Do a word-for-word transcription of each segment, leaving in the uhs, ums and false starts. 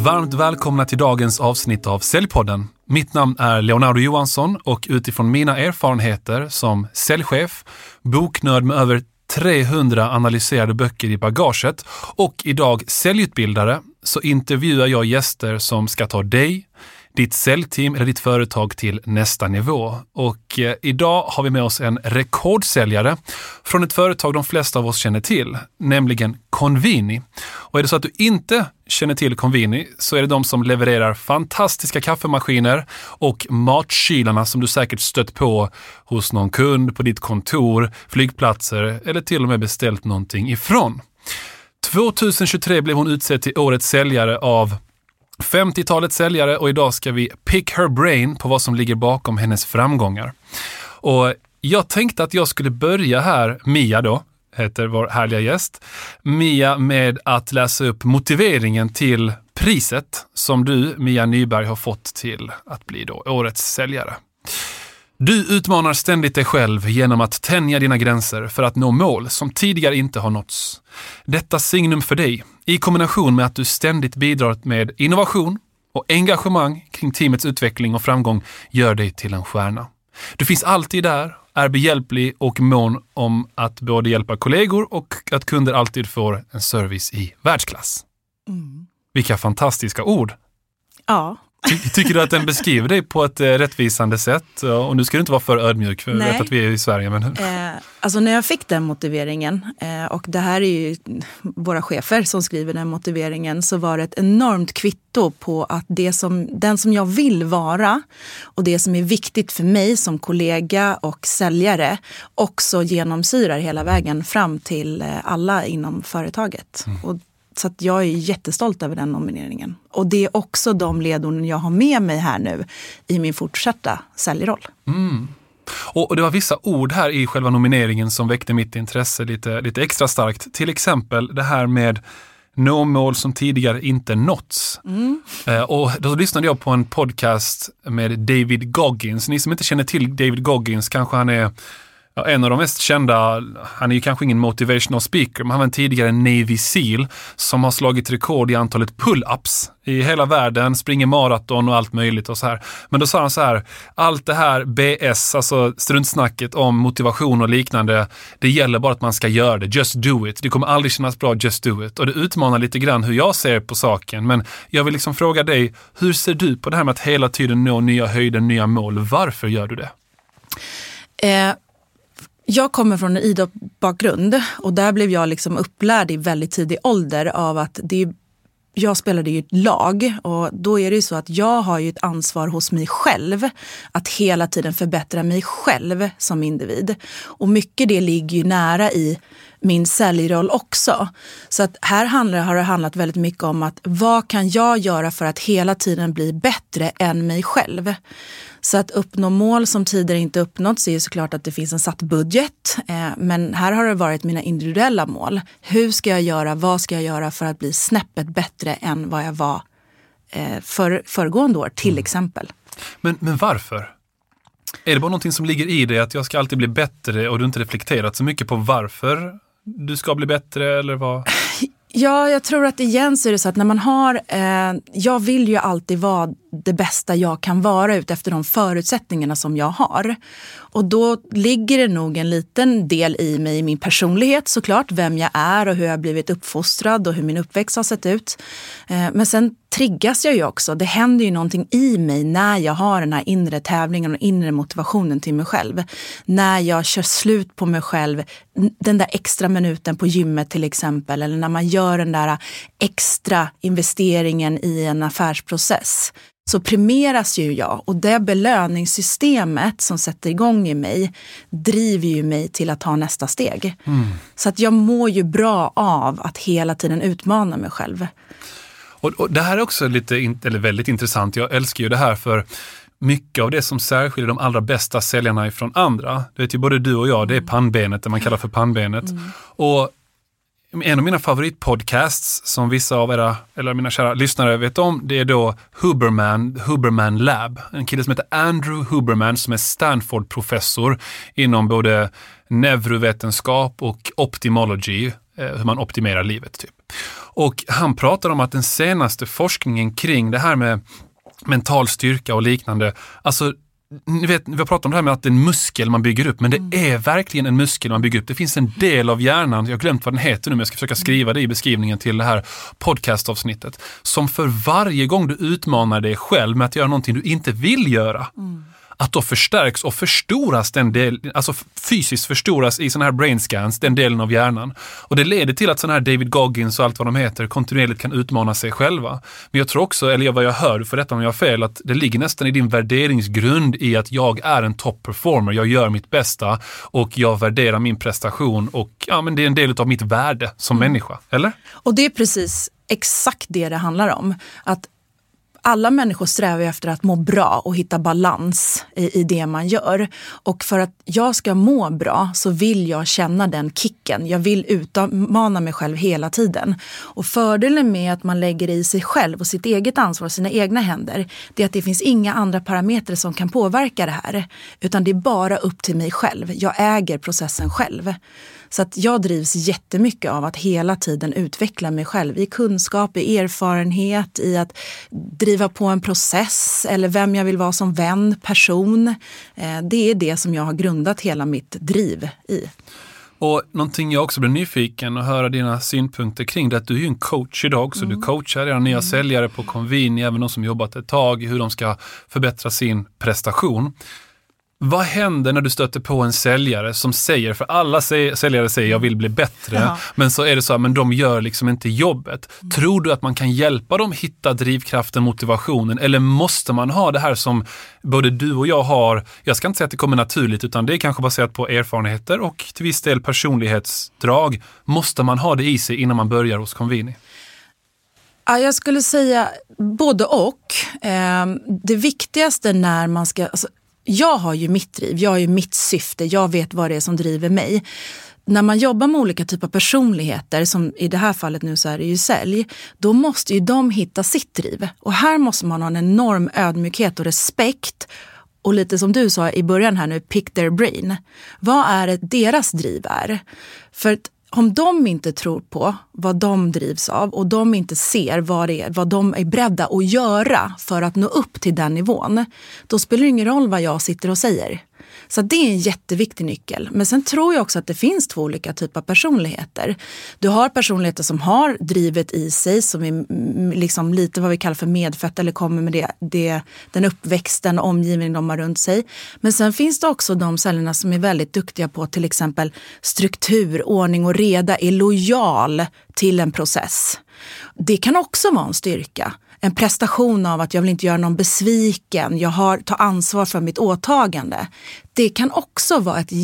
Varmt välkomna till dagens avsnitt av Säljpodden. Mitt namn är Leonardo Johansson och utifrån mina erfarenheter som säljchef, boknörd med över trehundra analyserade böcker i bagaget och idag säljutbildare så intervjuar jag gäster som ska ta dig, ditt säljteam eller ditt företag till nästa nivå. Och eh, idag har vi med oss en rekordsäljare från ett företag de flesta av oss känner till, nämligen Convini. Och är det så att du inte känner till Convini så är det de som levererar fantastiska kaffemaskiner och matkylarna som du säkert stött på hos någon kund på ditt kontor, flygplatser eller till och med beställt någonting ifrån. tjugohundratjugotre blev hon utsedd till årets säljare av femtiotalet säljare och idag ska vi pick her brain på vad som ligger bakom hennes framgångar. Och jag tänkte att jag skulle börja här, Mia då, heter vår härliga gäst, Mia med att läsa upp motiveringen till priset som du, Mia Nyberg, har fått till att bli då årets säljare. Du utmanar ständigt dig själv genom att tänja dina gränser för att nå mål som tidigare inte har nåtts. Detta signum för dig, i kombination med att du ständigt bidrar med innovation och engagemang kring teamets utveckling och framgång, gör dig till en stjärna. Du finns alltid där, är behjälplig och mån om att både hjälpa kollegor och att kunder alltid får en service i världsklass. Mm. Vilka fantastiska ord! Ja. Ty- tycker du att den beskriver dig på ett eh, rättvisande sätt? Och nu ska du inte vara för ödmjuk, för jag vet att vi är i Sverige. Men... Eh, alltså när jag fick den motiveringen, eh, och det här är ju våra chefer som skriver den motiveringen, så var det ett enormt kvitto på att det som, den som jag vill vara och det som är viktigt för mig som kollega och säljare också genomsyrar hela vägen fram till eh, alla inom företaget. Mm. Och så att jag är jättestolt över den nomineringen. Och det är också de ledorden jag har med mig här nu i min fortsatta säljroll. Mm. Och, och det var vissa ord här i själva nomineringen som väckte mitt intresse lite, lite extra starkt. Till exempel det här med nå mål som tidigare inte nåtts. Mm. Eh, och då lyssnade jag på en podcast med David Goggins. Ni som inte känner till David Goggins, kanske han är... Ja, en av de mest kända, han är ju kanske ingen motivational speaker, men han var en tidigare Navy SEAL som har slagit rekord i antalet pull-ups i hela världen, springer maraton och allt möjligt och så här. Men då sa han så här, allt det här B S, alltså struntsnacket om motivation och liknande, det gäller bara att man ska göra det, just do it. Det kommer aldrig kännas bra, just do it. Och det utmanar lite grann hur jag ser på saken, men jag vill liksom fråga dig, hur ser du på det här med att hela tiden nå nya höjder, nya mål? Varför gör du det? Eh... Jag kommer från en idrottsbakgrund och där blev jag liksom upplärd i väldigt tidig ålder av att det är, jag spelade ju ett lag och då är det ju så att jag har ju ett ansvar hos mig själv att hela tiden förbättra mig själv som individ. Och mycket det ligger ju nära i min säljroll också. Så att här handlar, har det handlat väldigt mycket om att vad kan jag göra för att hela tiden bli bättre än mig själv. Så att uppnå mål som tidigare inte uppnåtts är ju såklart att det finns en satt budget. Eh, men här har det varit mina individuella mål. Hur ska jag göra, vad ska jag göra för att bli snäppet bättre än vad jag var eh, för, föregående år till mm. exempel. Men, men varför? Är det bara någonting som ligger i dig att jag ska alltid bli bättre och du inte reflekterat så mycket på varför du ska bli bättre eller vad? Ja, jag tror att igen så är det så att när man har, eh, jag vill ju alltid vara det bästa jag kan vara ut efter de förutsättningarna som jag har. Och då ligger det nog en liten del i mig, i min personlighet såklart, vem jag är och hur jag har blivit uppfostrad och hur min uppväxt har sett ut. Eh, men sen triggas jag ju också. Det händer ju någonting i mig när jag har den här inre tävlingen och inre motivationen till mig själv. När jag kör slut på mig själv, den där extra minuten på gymmet till exempel, eller när man gör den där extra investeringen i en affärsprocess, så premieras ju jag, och det belöningssystemet som sätter igång i mig driver ju mig till att ta nästa steg. Mm. Så att jag mår ju bra av att hela tiden utmana mig själv. Och, och det här är också lite, eller väldigt intressant. Jag älskar ju det här för mycket av det som särskiljer de allra bästa säljarna ifrån andra. Det vet ju både du och jag, det är pannbenet, det man kallar för pannbenet. Mm. Och en av mina favoritpodcasts som vissa av era, eller mina kära lyssnare vet om, det är då Huberman, Huberman Lab. En kille som heter Andrew Huberman som är Stanford-professor inom både neurovetenskap och ophthalmology. hur man optimerar livet typ. Och han pratar om att den senaste forskningen kring det här med mental styrka och liknande, alltså ni vet, vi har pratat om det här med att det är en muskel man bygger upp, men det mm. är verkligen en muskel man bygger upp. Det finns en del av hjärnan, jag har glömt vad den heter nu, men jag ska försöka skriva det i beskrivningen till det här podcastavsnittet, som för varje gång du utmanar dig själv med att göra någonting du inte vill göra, mm. att då förstärks och förstoras den del, alltså fysiskt förstoras i sådana här brain scans, den delen av hjärnan. Och det leder till att sådana här David Goggins och allt vad de heter kontinuerligt kan utmana sig själva. Men jag tror också, eller vad jag hör för detta om jag har fel, att det ligger nästan i din värderingsgrund i att jag är en top performer, jag gör mitt bästa och jag värderar min prestation och ja, men det är en del av mitt värde som mm. människa, eller? Och det är precis exakt det det handlar om, att alla människor strävar efter att må bra och hitta balans i, i det man gör. Och för att jag ska må bra så vill jag känna den kicken. Jag vill utmana mig själv hela tiden. Och fördelen med att man lägger i sig själv och sitt eget ansvar, sina egna händer, det är att det finns inga andra parametrar som kan påverka det här. Utan det är bara upp till mig själv. Jag äger processen själv. Så att jag drivs jättemycket av att hela tiden utveckla mig själv i kunskap, i erfarenhet, i att driva på en process eller vem jag vill vara som vän, person. Det är det som jag har grundat hela mitt driv i. Och någonting jag också blir nyfiken och höra dina synpunkter kring det, att du är ju en coach idag, så mm. du coachar era nya mm. säljare på Convini, även de som jobbat ett tag, hur de ska förbättra sin prestation. Vad händer när du stöter på en säljare som säger, för alla säljare säger jag vill bli bättre, ja. men så är det så att men de gör liksom inte jobbet. Mm. Tror du att man kan hjälpa dem hitta drivkraften, motivationen, eller måste man ha det här som både du och jag har, jag ska inte säga att det kommer naturligt, utan det är kanske baserat på erfarenheter och till viss del personlighetsdrag. Måste man ha det i sig innan man börjar hos Convini? Ja, jag skulle säga både och. Eh, det viktigaste när man ska... Alltså, jag har ju mitt driv, jag har ju mitt syfte, jag vet vad det är som driver mig. När man jobbar med olika typer av personligheter, som i det här fallet nu så är det ju sälj, då måste ju de hitta sitt driv. Och här måste man ha en enorm ödmjukhet och respekt. Och lite som du sa i början här nu, pick their brain. Vad är det deras driv är? För att om de inte tror på vad de drivs av och de inte ser vad, det är, vad de är beredda att göra för att nå upp till den nivån, då spelar det ingen roll vad jag sitter och säger. Så det är en jätteviktig nyckel. Men sen tror jag också att det finns två olika typer av personligheter. Du har personligheter som har drivet i sig, som är liksom lite vad vi kallar för medfött eller kommer med det, det, den uppväxten och omgivningen de har runt sig. Men sen finns det också de säljarna som är väldigt duktiga på till exempel struktur, ordning och reda, är lojal till en process. Det kan också vara en styrka. En prestation av att jag vill inte göra någon besviken, jag har tar ansvar för mitt åtagande. Det kan också vara ett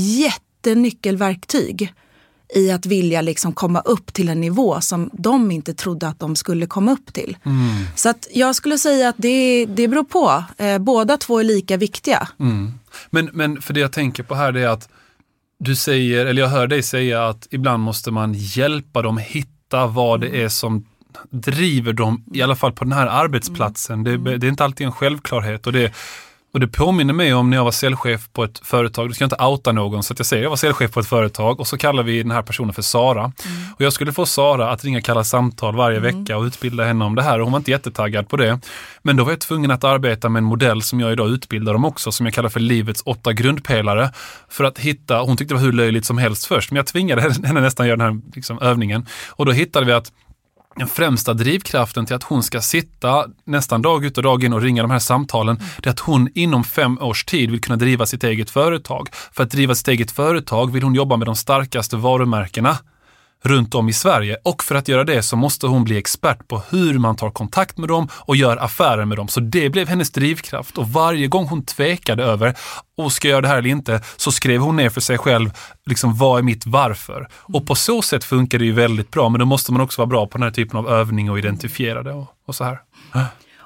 jättenyckelverktyg i att vilja liksom komma upp till en nivå som de inte trodde att de skulle komma upp till. Mm. Så att jag skulle säga att det, det beror på. Eh, båda två är lika viktiga. Mm. Men, men för det jag tänker på här, det är att du säger, eller jag hör dig säga att ibland måste man hjälpa dem hitta vad det är som driver dem, i alla fall på den här arbetsplatsen. Det, det är inte alltid en självklarhet, och det, och det påminner mig om när jag var säljchef på ett företag. Du ska inte outa någon, så att jag säger jag var säljchef på ett företag, och så kallar vi den här personen för Sara. Mm. Och jag skulle få Sara att ringa kalla samtal varje mm. vecka och utbilda henne om det här, och hon var inte jättetaggad på det. Men då var jag tvungen att arbeta med en modell som jag idag utbildar dem också, som jag kallar för livets åtta grundpelare, för att hitta, hon tyckte det var hur löjligt som helst först, men jag tvingade henne nästan göra den här liksom, övningen, och då hittade vi att den främsta drivkraften till att hon ska sitta nästan dag ut och dag in och ringa de här samtalen, mm. det är att hon inom fem års tid vill kunna driva sitt eget företag. För att driva sitt eget företag vill hon jobba med de starkaste varumärkena runt om i Sverige, och för att göra det så måste hon bli expert på hur man tar kontakt med dem och gör affärer med dem. Så det blev hennes drivkraft, och varje gång hon tvekade över och ska jag göra det här eller inte, så skrev hon ner för sig själv liksom, vad är mitt varför? Mm. Och på så sätt funkar det ju väldigt bra, men då måste man också vara bra på den här typen av övning och identifiera det och, och så här.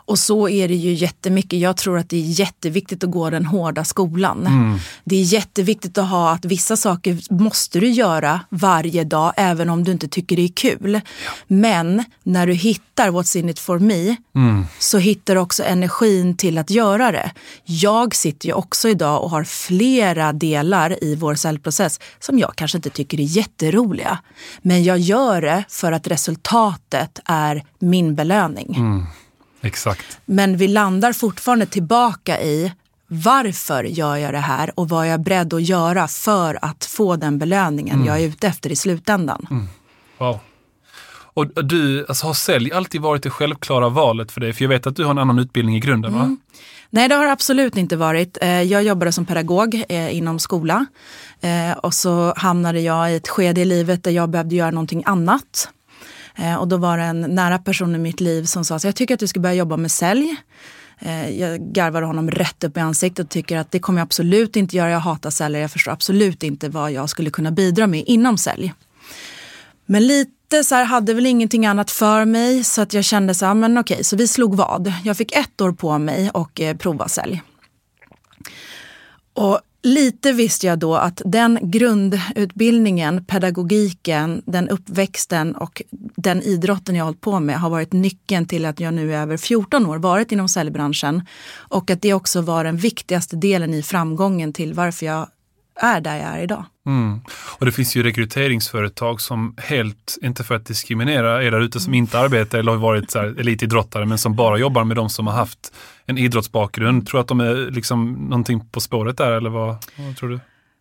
Och så är det ju jättemycket. Jag tror att det är jätteviktigt att gå den hårda skolan. Mm. Det är jätteviktigt att ha att vissa saker måste du göra varje dag även om du inte tycker det är kul. Ja. Men när du hittar what's in it for me mm. så hittar du också energin till att göra det. Jag sitter ju också idag och har flera delar i vår säljprocess som jag kanske inte tycker är jätteroliga. Men jag gör det för att resultatet är min belöning. Mm. Exakt. Men vi landar fortfarande tillbaka i varför gör jag det här och vad jag är beredd att göra för att få den belöningen mm. jag är ute efter i slutändan. Mm. Wow. Och du, alltså, har sälj alltid varit det självklara valet för dig? För jag vet att du har en annan utbildning i grunden, va? Mm. Nej, det har absolut inte varit. Jag jobbade som pedagog inom skola och så hamnade jag i ett skede i livet där jag behövde göra någonting annat. Och då var det en nära person i mitt liv som sa så jag tycker att du ska börja jobba med sälj. Jag garvade honom rätt upp i ansiktet och tycker att det kommer jag absolut inte göra. Jag hatar sälj. Jag förstår absolut inte vad jag skulle kunna bidra med inom sälj. Men lite så här hade väl ingenting annat för mig så att jag kände så här, men okej, så vi slog vad. Jag fick ett år på mig och eh, prova sälj. Och lite visste jag då att den grundutbildningen, pedagogiken, den uppväxten och den idrotten jag har hållit på med har varit nyckeln till att jag nu är över fjorton år varit inom säljbranschen. Och att det också var den viktigaste delen i framgången till varför jag är där jag är idag. Mm. Och det finns ju rekryteringsföretag som helt, inte för att diskriminera er där ute som inte arbetar eller har varit så här elitidrottare men som bara jobbar med de som har haft en idrottsbakgrund. Tror du att de är liksom någonting på spåret där eller vad, vad tror du?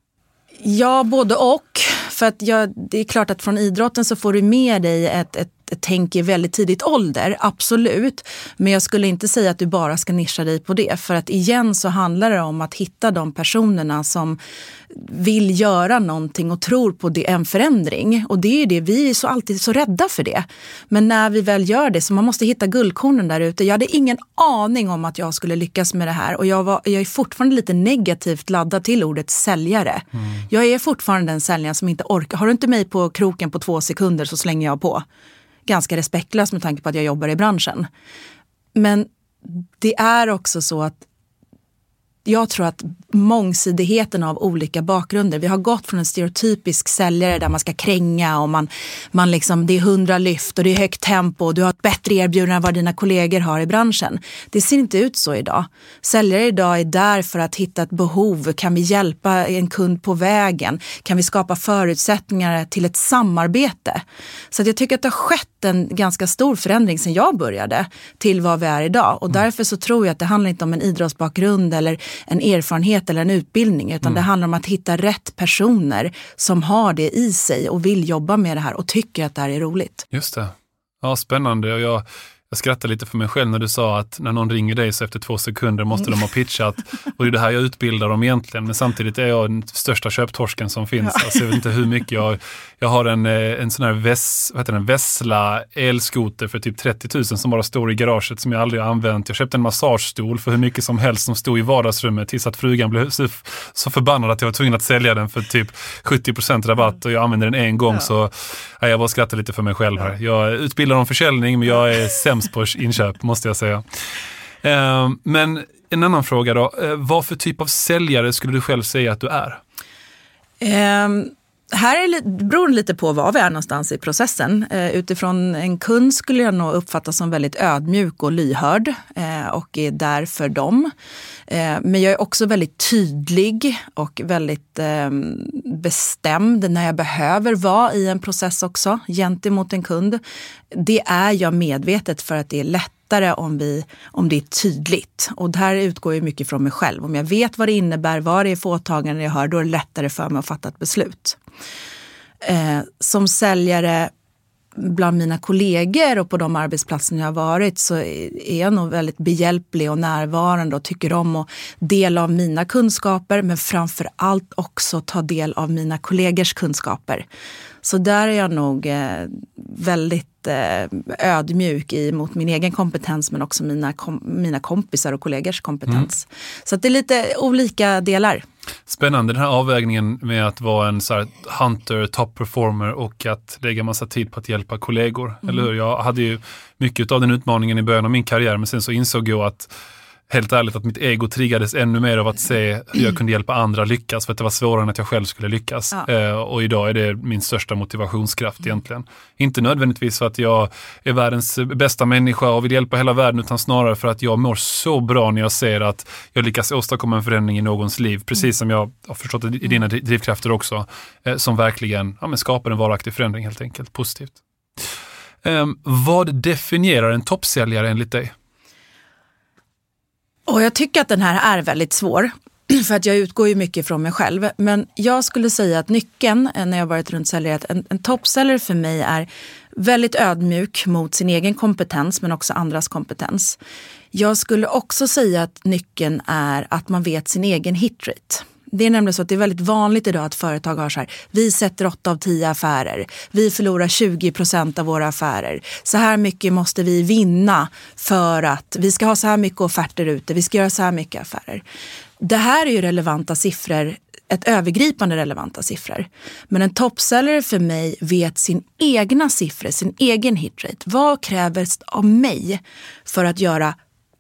Ja, både och. För att jag, det är klart att från idrotten så får du med dig ett, ett, ett tänk i väldigt tidigt ålder, absolut. Men jag skulle inte säga att du bara ska nischa dig på det. För att igen så handlar det om att hitta de personerna som vill göra någonting och tror på det, en förändring. Och det är det, vi är så alltid så rädda för det. Men när vi väl gör det så man måste hitta guldkornen där ute. Jag hade ingen aning om att jag skulle lyckas med det här. Och jag, var, jag är fortfarande lite negativt laddad till ordet säljare. Mm. Jag är fortfarande en säljare som inte orkar. Har du inte mig på kroken på två sekunder så slänger jag på. Ganska respektlöst med tanke på att jag jobbar i branschen. Men det är också så att jag tror att mångsidigheten av olika bakgrunder. Vi har gått från en stereotypisk säljare där man ska kränga och man, man liksom, det är hundra lyft och det är högt tempo och du har ett bättre erbjudande än vad dina kollegor har i branschen. Det ser inte ut så idag. Säljare idag är där för att hitta ett behov. Kan vi hjälpa en kund på vägen? Kan vi skapa förutsättningar till ett samarbete? Så att jag tycker att det har skett en ganska stor förändring sedan jag började till vad vi är idag. Och därför så tror jag att det handlar inte om en idrottsbakgrund eller en erfarenhet eller en utbildning utan mm. det handlar om att hitta rätt personer som har det i sig och vill jobba med det här och tycker att det här är roligt. Just det. Ja, spännande. Och jag, jag skrattar lite för mig själv när du sa att när någon ringer dig så efter två sekunder måste mm. de ha pitchat. Och det är det här jag utbildar dem egentligen. Men samtidigt är jag den största köptorsken som finns. Ja. Alltså, jag vet inte hur mycket jag... Jag har en, en sån här Ves, vad heter den, Vessla elskoter för typ trettio tusen som bara står i garaget som jag aldrig har använt. Jag köpte en massagestol för hur mycket som helst som stod i vardagsrummet tills att frugan blev så, så förbannad att jag var tvungen att sälja den för typ sjuttio procent rabatt och jag använde den en gång ja. så ja, jag bara skrattar lite för mig själv här. Jag utbildar om försäljning men jag är sämst på inköp måste jag säga. Eh, men en annan fråga då. Eh, vad för typ av säljare skulle du själv säga att du är? Um... Här är det beror lite på var vi är någonstans i processen. Eh, utifrån en kund skulle jag nog uppfatta som väldigt ödmjuk och lyhörd eh, och är där för dem. Eh, men jag är också väldigt tydlig och väldigt eh, bestämd när jag behöver vara i en process också gentemot en kund. Det är jag medvetet för att det är lätt om, vi, om det är tydligt. Och det här utgår ju mycket från mig själv. Om jag vet vad det innebär, vad det är för åtagande jag har, då är det lättare för mig att fatta ett beslut. Eh, som säljare bland mina kollegor och på de arbetsplatser jag har varit så är jag nog väldigt behjälplig och närvarande och tycker om att dela av mina kunskaper men framför allt också ta del av mina kollegors kunskaper. Så där är jag nog eh, väldigt eh, ödmjuk i, mot min egen kompetens men också mina, kom, mina kompisar och kollegors kompetens. Mm. Så att det är lite olika delar. Spännande den här avvägningen med att vara en så här hunter, top performer och att lägga massa tid på att hjälpa kollegor. Mm. Eller hur? Jag hade ju mycket av den utmaningen i början av min karriär, men sen så insåg jag att helt ärligt att mitt ego triggades ännu mer av att se hur jag kunde hjälpa andra lyckas, för att det var svårare än att jag själv skulle lyckas. Ja. Eh, och idag är det min största motivationskraft mm. egentligen. Inte nödvändigtvis för att jag är världens bästa människa och vill hjälpa hela världen, utan snarare för att jag mår så bra när jag ser att jag lyckas åstadkomma en förändring i någons liv, precis mm. som jag har förstått i dina drivkrafter också, eh, som verkligen ja, men skapar en varaktig förändring helt enkelt, positivt. Eh, vad definierar en toppsäljare enligt dig? Och jag tycker att den här är väldigt svår, för att jag utgår ju mycket från mig själv. Men jag skulle säga att nyckeln, när jag varit runt säljare, att en, en toppsäljare för mig är väldigt ödmjuk mot sin egen kompetens, men också andras kompetens. Jag skulle också säga att nyckeln är att man vet sin egen hitrate. Det är nämligen så att det är väldigt vanligt idag att företag har så här: vi sätter åtta av tio affärer, vi förlorar tjugo procent av våra affärer. Så här mycket måste vi vinna för att vi ska ha så här mycket offerter ute, vi ska göra så här mycket affärer. Det här är ju relevanta siffror, ett övergripande relevanta siffror. Men en toppsäljare för mig vet sin egna siffror, sin egen hitrate. Vad krävs av mig för att göra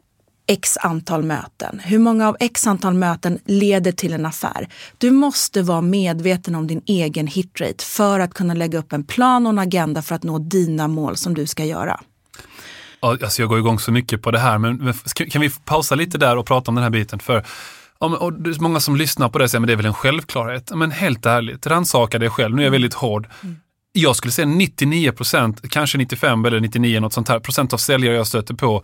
x antal möten? Hur många av x antal möten leder till en affär? Du måste vara medveten om din egen hitrate för att kunna lägga upp en plan och en agenda för att nå dina mål som du ska göra. Alltså jag går igång så mycket på det här, men kan vi pausa lite där och prata om den här biten? För och det är många som lyssnar på det och säger, men det är väl en självklarhet. Men helt ärligt, rannsaka dig själv. Nu är jag väldigt hård. Mm. Jag skulle säga nittionio procent, kanske nittiofem eller nittionio något sånt här, procent av säljare jag stöter på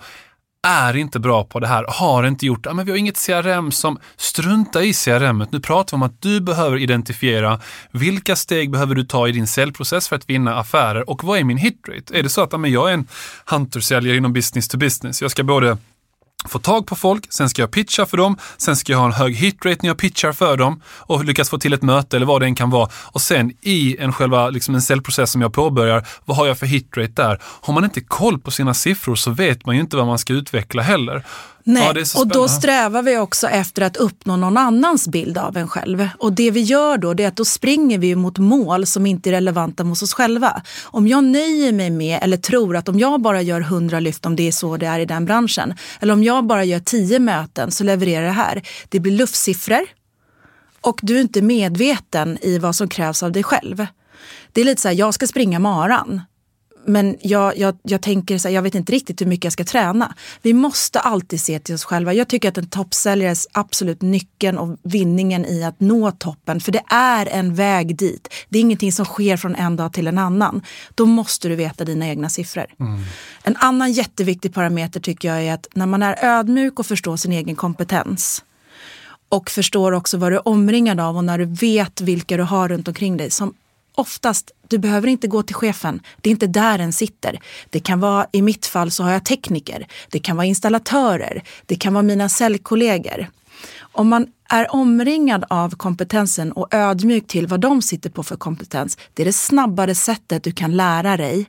är inte bra på det här, har inte gjort det. Men vi har inget C R M som struntar i C R M-et. Nu pratar vi om att du behöver identifiera vilka steg behöver du ta i din säljprocess för att vinna affärer, och vad är min hitrate? Är det så att men jag är en hunter-säljare inom business to business, jag ska både få tag på folk, sen ska jag pitcha för dem, sen ska jag ha en hög hitrate när jag pitchar för dem och lyckas få till ett möte eller vad det än kan vara, och sen i en själva liksom en säljprocess som jag påbörjar, vad har jag för hitrate där? Har man inte koll på sina siffror så vet man ju inte vad man ska utveckla heller. Nej, ja, det är så och då strävar vi också efter att uppnå någon annans bild av en själv. Och det vi gör då, det är att då springer vi mot mål som inte är relevanta mot oss själva. Om jag nöjer mig med, eller tror att om jag bara gör hundra lyft, om det är så det är i den branschen, eller om jag bara gör tio möten så levererar det här. Det blir luftsiffror och du är inte medveten i vad som krävs av dig själv. Det är lite så här, jag ska springa maran. Men jag, jag, jag tänker så här, jag vet inte riktigt hur mycket jag ska träna. Vi måste alltid se till oss själva. Jag tycker att en toppsäljares absolut nyckeln och vinningen i att nå toppen, för det är en väg dit. Det är ingenting som sker från en dag till en annan. Då måste du veta dina egna siffror. Mm. En annan jätteviktig parameter tycker jag är att när man är ödmjuk och förstår sin egen kompetens och förstår också vad du är omringad av, och när du vet vilka du har runt omkring dig, som oftast, du behöver inte gå till chefen. Det är inte där den sitter. Det kan vara, i mitt fall så har jag tekniker. Det kan vara installatörer. Det kan vara mina säljkollegor. Om man är omringad av kompetensen och ödmjuk till vad de sitter på för kompetens, det är det snabbare sättet du kan lära dig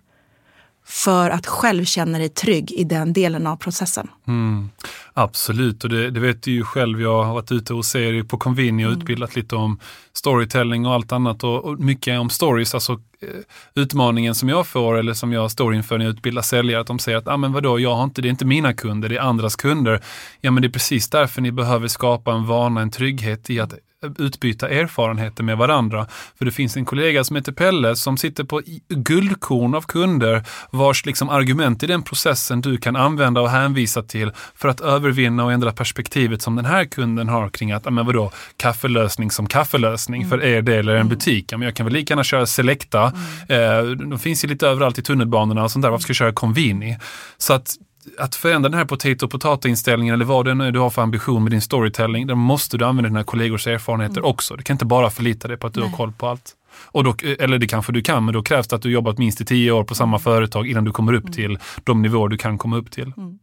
för att själv känna dig trygg i den delen av processen. Mm, absolut, och det, det vet du ju själv. Jag har varit ute och ser på Convini och mm. utbildat lite om storytelling och allt annat, och, och mycket om stories. Alltså eh, utmaningen som jag får, eller som jag står inför när jag utbildar säljare, att de säger att ah, men vadå, jag har inte, det är inte mina kunder, det är andras kunder. Ja, men det är precis därför ni behöver skapa en vana, en trygghet i att utbyta erfarenheter med varandra. För det finns en kollega som heter Pelle som sitter på guldkorn av kunder vars liksom argument i den processen du kan använda och hänvisa till för att övervinna och ändra perspektivet som den här kunden har kring att, men vadå, kaffelösning som kaffelösning mm. för er del eller en butik. Men jag kan väl lika gärna köra Selecta. Mm. Eh, de finns ju lite överallt i tunnelbanorna och sånt där. Varför ska jag köra Convini? Så att att förändra den här potato-potato-inställningen, eller vad det nu är du har för ambition med din storytelling, där måste du använda dina kollegors erfarenheter mm. också. Du kan inte bara förlita dig på att du Nej. har koll på allt. Och då, eller det kanske du kan, men då krävs det att du jobbat minst i tio år på samma företag innan du kommer upp mm. till de nivåer du kan komma upp till. Mm.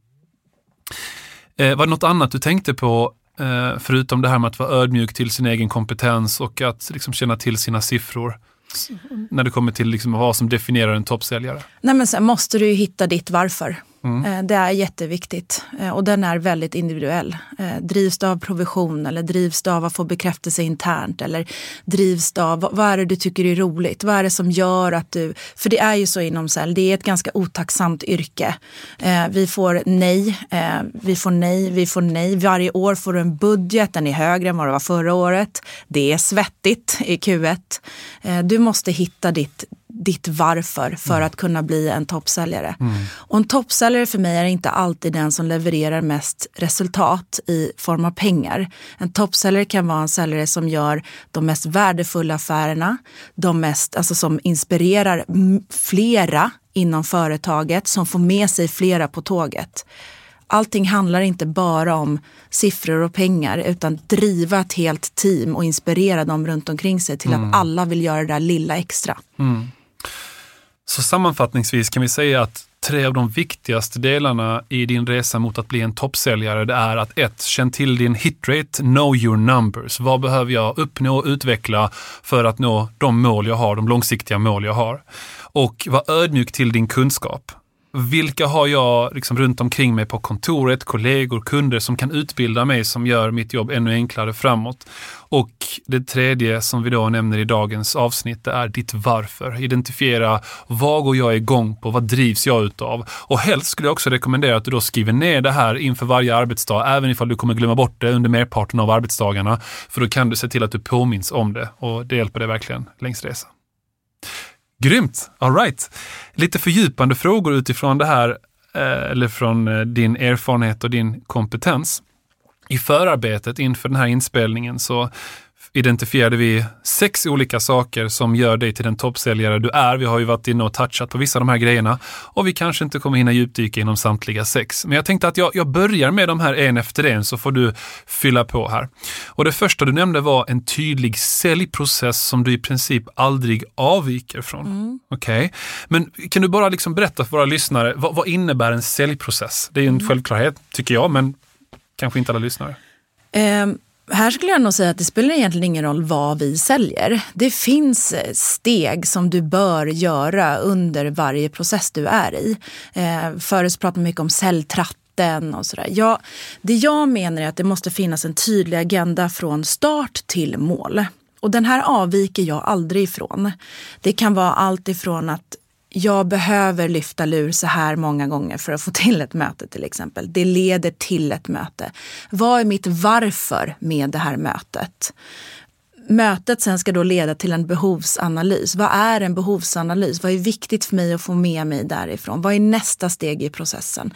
Eh, var det något annat du tänkte på, eh, förutom det här med att vara ödmjuk till sin egen kompetens och att liksom känna till sina siffror? Mm. När det kommer till liksom vad som definierar en toppsäljare? Nej, men sen måste du ju hitta ditt varför. Mm. Det är jätteviktigt och den är väldigt individuell. Drivs det av provision eller drivs det av att få bekräftelse internt eller drivs det av vad är det du tycker är roligt? Vad är det som gör att du... För det är ju så inom sälj, det är ett ganska otacksamt yrke. Vi får nej, vi får nej, vi får nej. Varje år får du en budget, den är högre än vad det var förra året. Det är svettigt i Q ett. Du måste hitta ditt ditt varför för mm. att kunna bli en toppsäljare. Mm. Och en toppsäljare för mig är inte alltid den som levererar mest resultat i form av pengar. En toppsäljare kan vara en säljare som gör de mest värdefulla affärerna, de mest, alltså som inspirerar flera inom företaget, som får med sig flera på tåget. Allting handlar inte bara om siffror och pengar utan driva ett helt team och inspirera dem runt omkring sig till mm. att alla vill göra det där lilla extra. Mm. Så sammanfattningsvis kan vi säga att tre av de viktigaste delarna i din resa mot att bli en toppsäljare, det är att ett, känn till din hitrate, know your numbers. Vad behöver jag uppnå och utveckla för att nå de mål jag har, de långsiktiga mål jag har? Och var ödmjuk till din kunskap. Vilka har jag liksom runt omkring mig på kontoret, kollegor, kunder som kan utbilda mig, som gör mitt jobb ännu enklare framåt? Och det tredje som vi då nämner i dagens avsnitt, det är ditt varför. Identifiera vad går jag igång på, vad drivs jag utav? Och helst skulle jag också rekommendera att du då skriver ner det här inför varje arbetsdag, även ifall du kommer glömma bort det under merparten av arbetsdagarna. För då kan du se till att du påminns om det och det hjälper dig verkligen längs resan. Grymt, all right. Lite fördjupande frågor utifrån det här, eller från din erfarenhet och din kompetens. I förarbetet inför den här inspelningen så identifierade vi sex olika saker som gör dig till den toppsäljare du är. Vi har ju varit inne och touchat på vissa av de här grejerna och vi kanske inte kommer hinna djupdyka inom samtliga sex. Men jag tänkte att jag, jag börjar med de här en efter en så får du fylla på här. Och det första du nämnde var en tydlig säljprocess som du i princip aldrig avviker från. Mm. Okej. Okay. Men kan du bara liksom berätta för våra lyssnare, vad, vad innebär en säljprocess? Det är ju en mm. självklarhet tycker jag, men kanske inte alla lyssnare. Um. Här skulle jag nog säga att det spelar egentligen ingen roll vad vi säljer. Det finns steg som du bör göra under varje process du är i. Eh, förut pratade man mycket om säljtratten och sådär. Ja, det jag menar är att det måste finnas en tydlig agenda från start till mål. Och den här avviker jag aldrig ifrån. Det kan vara allt ifrån att jag behöver lyfta lur så här många gånger för att få till ett möte till exempel. Det leder till ett möte. Vad är mitt varför med det här mötet? Mötet sen ska då leda till en behovsanalys. Vad är en behovsanalys? Vad är viktigt för mig att få med mig därifrån? Vad är nästa steg i processen?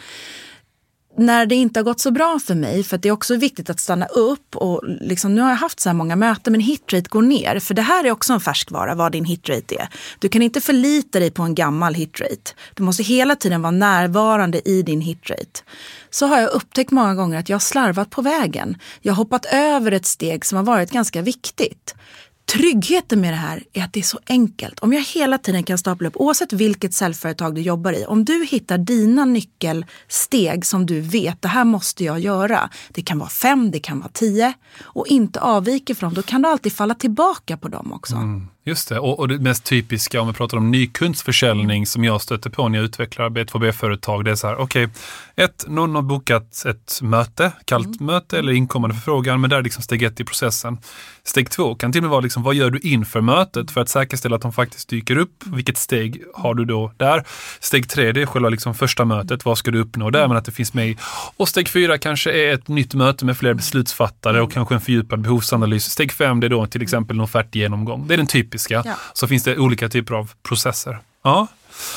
När det inte har gått så bra för mig, för att det är också viktigt att stanna upp och liksom, nu har jag haft så här många möten men hitrate går ner, för det här är också en färskvara vad din hitrate är. Du kan inte förlita dig på en gammal hitrate. Du måste hela tiden vara närvarande i din hitrate. Så har jag upptäckt många gånger att jag har slarvat på vägen. Jag har hoppat över ett steg som har varit ganska viktigt. Tryggheten med det här är att det är så enkelt. Om jag hela tiden kan stapla upp, oavsett vilket säljföretag du jobbar i, om du hittar dina nyckelsteg som du vet, det här måste jag göra. Det kan vara fem, det kan vara tio och inte avviker från, då kan du alltid falla tillbaka på dem också. Mm. Just det, och, och det mest typiska om vi pratar om ny kunstförsäljning som jag stöter på när jag utvecklar B två B-företag, det är så här, okej, okay, ett, någon har bokat ett möte, kallt mm. möte eller inkommande förfrågan, men där är liksom steg ett i processen. Steg två kan till och med vara liksom, vad gör du inför mötet för att säkerställa att de faktiskt dyker upp? Vilket steg har du då där? Steg tre, det är själva liksom första mötet, vad ska du uppnå där, men att det finns med. Och steg fyra kanske är ett nytt möte med fler beslutsfattare och kanske en fördjupad behovsanalys. Steg fem, det är då till exempel en offertgenomgång. Det är den typ. Ja. Så finns det olika typer av processer. Ja.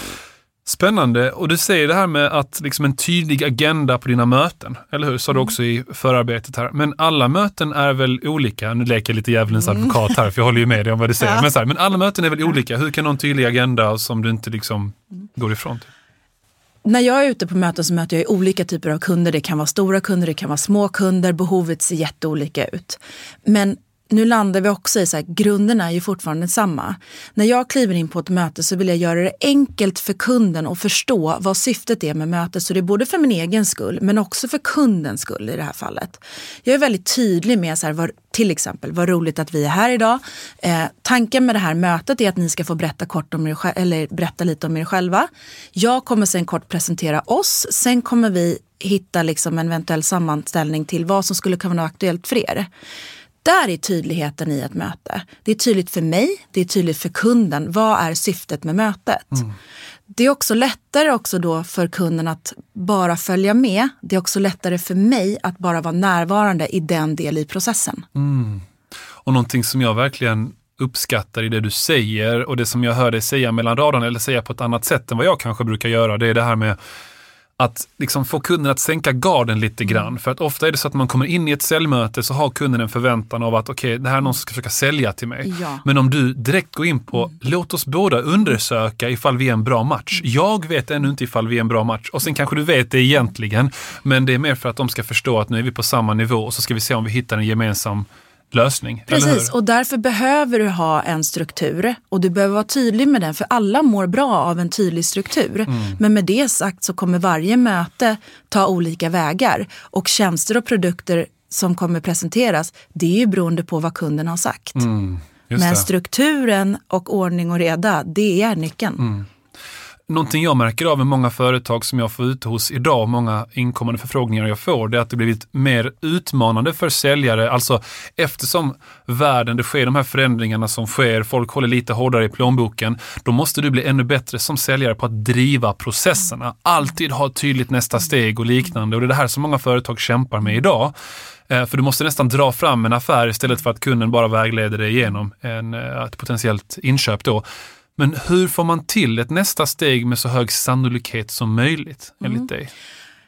Spännande. Och du säger det här med att liksom en tydlig agenda på dina möten. Eller hur? Så du också i förarbetet här. Men alla möten är väl olika. Nu leker jag lite djävulens mm. advokat här, för jag håller ju med dig om vad du säger. Ja. Men, så här, men alla möten är väl olika. Hur kan någon tydlig agenda som du inte liksom går ifrån till? När jag är ute på möten så möter jag olika typer av kunder. Det kan vara stora kunder, det kan vara små kunder. Behovet ser jätteolika ut. Men nu landar vi också i så här, grunderna är ju fortfarande samma. När jag kliver in på ett möte så vill jag göra det enkelt för kunden att förstå vad syftet är med mötet. Så det är både för min egen skull men också för kundens skull i det här fallet. Jag är väldigt tydlig med så här, vad, till exempel, vad roligt att vi är här idag. Eh, tanken med det här mötet är att ni ska få berätta, kort om er, eller berätta lite om er själva. Jag kommer sen kort presentera oss. Sen kommer vi hitta liksom en eventuell sammanställning till vad som skulle kunna vara aktuellt för er. Där är tydligheten i ett möte. Det är tydligt för mig, det är tydligt för kunden. Vad är syftet med mötet? Mm. Det är också lättare också då för kunden att bara följa med. Det är också lättare för mig att bara vara närvarande i den del i processen. Mm. Och någonting som jag verkligen uppskattar i det du säger och det som jag hör dig säga mellan raderna eller säga på ett annat sätt än vad jag kanske brukar göra, det är det här med att liksom få kunden att sänka garden lite grann. Mm. För att ofta är det så att man kommer in i ett säljmöte så har kunden en förväntan av att okej, okay, det här är någon som ska försöka sälja till mig. Ja. Men om du direkt går in på, mm. låt oss båda undersöka ifall vi är en bra match. Mm. Jag vet ännu inte ifall vi är en bra match. Och sen kanske du vet det egentligen. Men det är mer för att de ska förstå att nu är vi på samma nivå och så ska vi se om vi hittar en gemensam lösning. Precis, och därför behöver du ha en struktur och du behöver vara tydlig med den, för alla mår bra av en tydlig struktur. Mm. Men med det sagt så kommer varje möte ta olika vägar och tjänster och produkter som kommer presenteras, det är ju beroende på vad kunden har sagt. Mm, men strukturen och ordning och reda, det är nyckeln. Mm. Någonting jag märker av med många företag som jag får ute hos idag, många inkommande förfrågningar jag får, det är att det blivit mer utmanande för säljare. Alltså eftersom världen, det sker de här förändringarna som sker, folk håller lite hårdare i plånboken, då måste du bli ännu bättre som säljare på att driva processerna. Alltid ha tydligt nästa steg och liknande. Och det är det här som många företag kämpar med idag. För du måste nästan dra fram en affär istället för att kunden bara vägleder dig igenom en, ett potentiellt inköp då. Men hur får man till ett nästa steg med så hög sannolikhet som möjligt enligt mm. dig?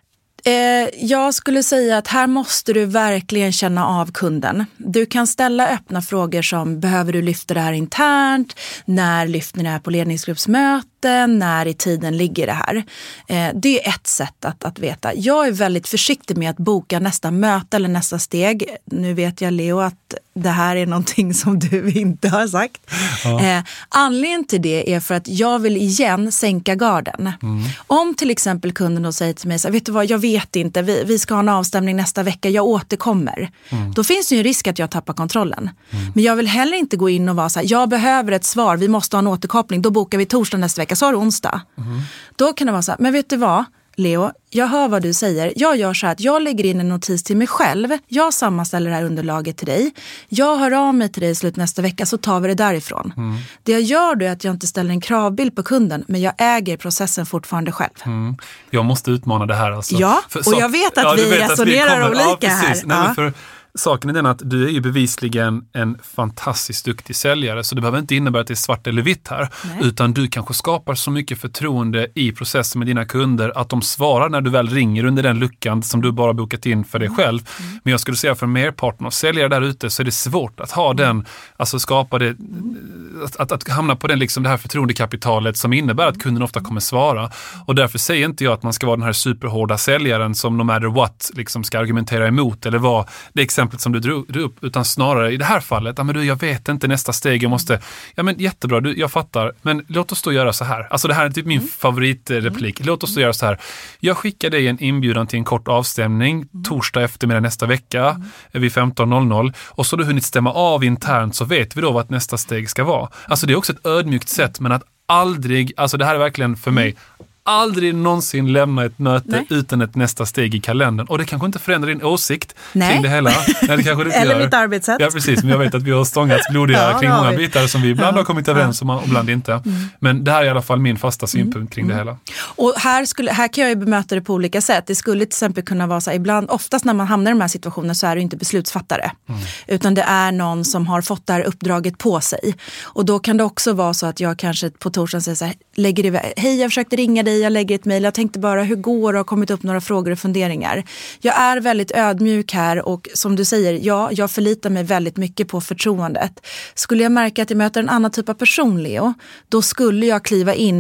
Eh, jag skulle säga att här måste du verkligen känna av kunden. Du kan ställa öppna frågor som: behöver du lyfta det här internt? När lyfter ni det här på ledningsgruppsmöten? När i tiden ligger det här? Eh, det är ett sätt att, att veta. Jag är väldigt försiktig med att boka nästa möte eller nästa steg. Nu vet jag, Leo, att det här är någonting som du inte har sagt. Ja. Eh, anledningen till det är för att jag vill igen sänka garden. Mm. Om till exempel kunden då säger till mig så här: vet du vad, jag vet inte, vi, vi ska ha en avstämning nästa vecka, jag återkommer. Mm. Då finns det ju en risk att jag tappar kontrollen. Mm. Men jag vill heller inte gå in och vara så här: jag behöver ett svar, vi måste ha en återkoppling, då bokar vi torsdag nästa vecka, så har du onsdag. Mm. Då kan det vara så här: men vet du vad, Leo, jag hör vad du säger. Jag gör så här att jag lägger in en notis till mig själv. Jag sammanställer det här underlaget till dig. Jag hör av mig till dig i slut nästa vecka, så tar vi det därifrån. Mm. Det jag gör då är att jag inte ställer en kravbild på kunden, men jag äger processen fortfarande själv. Mm. Jag måste utmana det här alltså. Ja, för, och så, jag vet att ja, vi vet resonerar att vi olika ja, här. Nej, ja. för saken är den att du är ju bevisligen en fantastiskt duktig säljare, så det behöver inte innebära att det är svart eller vitt här. Nej. Utan du kanske skapar så mycket förtroende i processen med dina kunder att de svarar när du väl ringer under den luckan som du bara bokat in för dig själv. Mm. Men jag skulle säga för merparten av säljare där ute så är det svårt att ha den, alltså skapa det, att, att, att hamna på den, liksom det här förtroendekapitalet som innebär att kunden ofta kommer svara. Och därför säger inte jag att man ska vara den här superhårda säljaren som no matter what liksom ska argumentera emot eller vara det exempel som du drog upp, utan snarare i det här fallet, ja men du, jag vet inte nästa steg, jag måste, ja men jättebra, du, jag fattar, men låt oss då göra så här. Alltså det här är typ min mm. favoritreplik. Låt oss då göra så här. Jag skickar dig en inbjudan till en kort avstämning mm. torsdag eftermiddag nästa vecka mm. vid femton noll noll, och så har du hunnit stämma av internt, så vet vi då vad nästa steg ska vara. Alltså det är också ett ödmjukt sätt, men att aldrig, alltså det här är verkligen för mig, aldrig någonsin lämna ett möte Nej. utan ett nästa steg i kalendern. Och det kanske inte förändrar din åsikt Nej. kring det hela. Nej, det kanske det Eller gör. mitt arbetssätt. Ja, precis. Men jag vet att vi har stångats blodiga ja, kring många bitar som vi ibland ja. har kommit överens om och ibland inte. Mm. Men det här är i alla fall min fasta synpunkt mm. kring mm. det hela. Och här, skulle, här kan jag ju bemöta det på olika sätt. Det skulle till exempel kunna vara så här, ibland, oftast när man hamnar i de här situationerna så är det inte beslutsfattare. Mm. Utan det är någon som har fått det här uppdraget på sig. Och då kan det också vara så att jag kanske på torsdagen säger så här, lägger det, hej jag försökte ringa dig, jag lägger ett mejl, jag tänkte bara hur går det, har kommit upp några frågor och funderingar. Jag är väldigt ödmjuk här och som du säger, ja, jag förlitar mig väldigt mycket på förtroendet. Skulle jag märka att jag möter en annan typ av person, Leo, då skulle jag kliva in i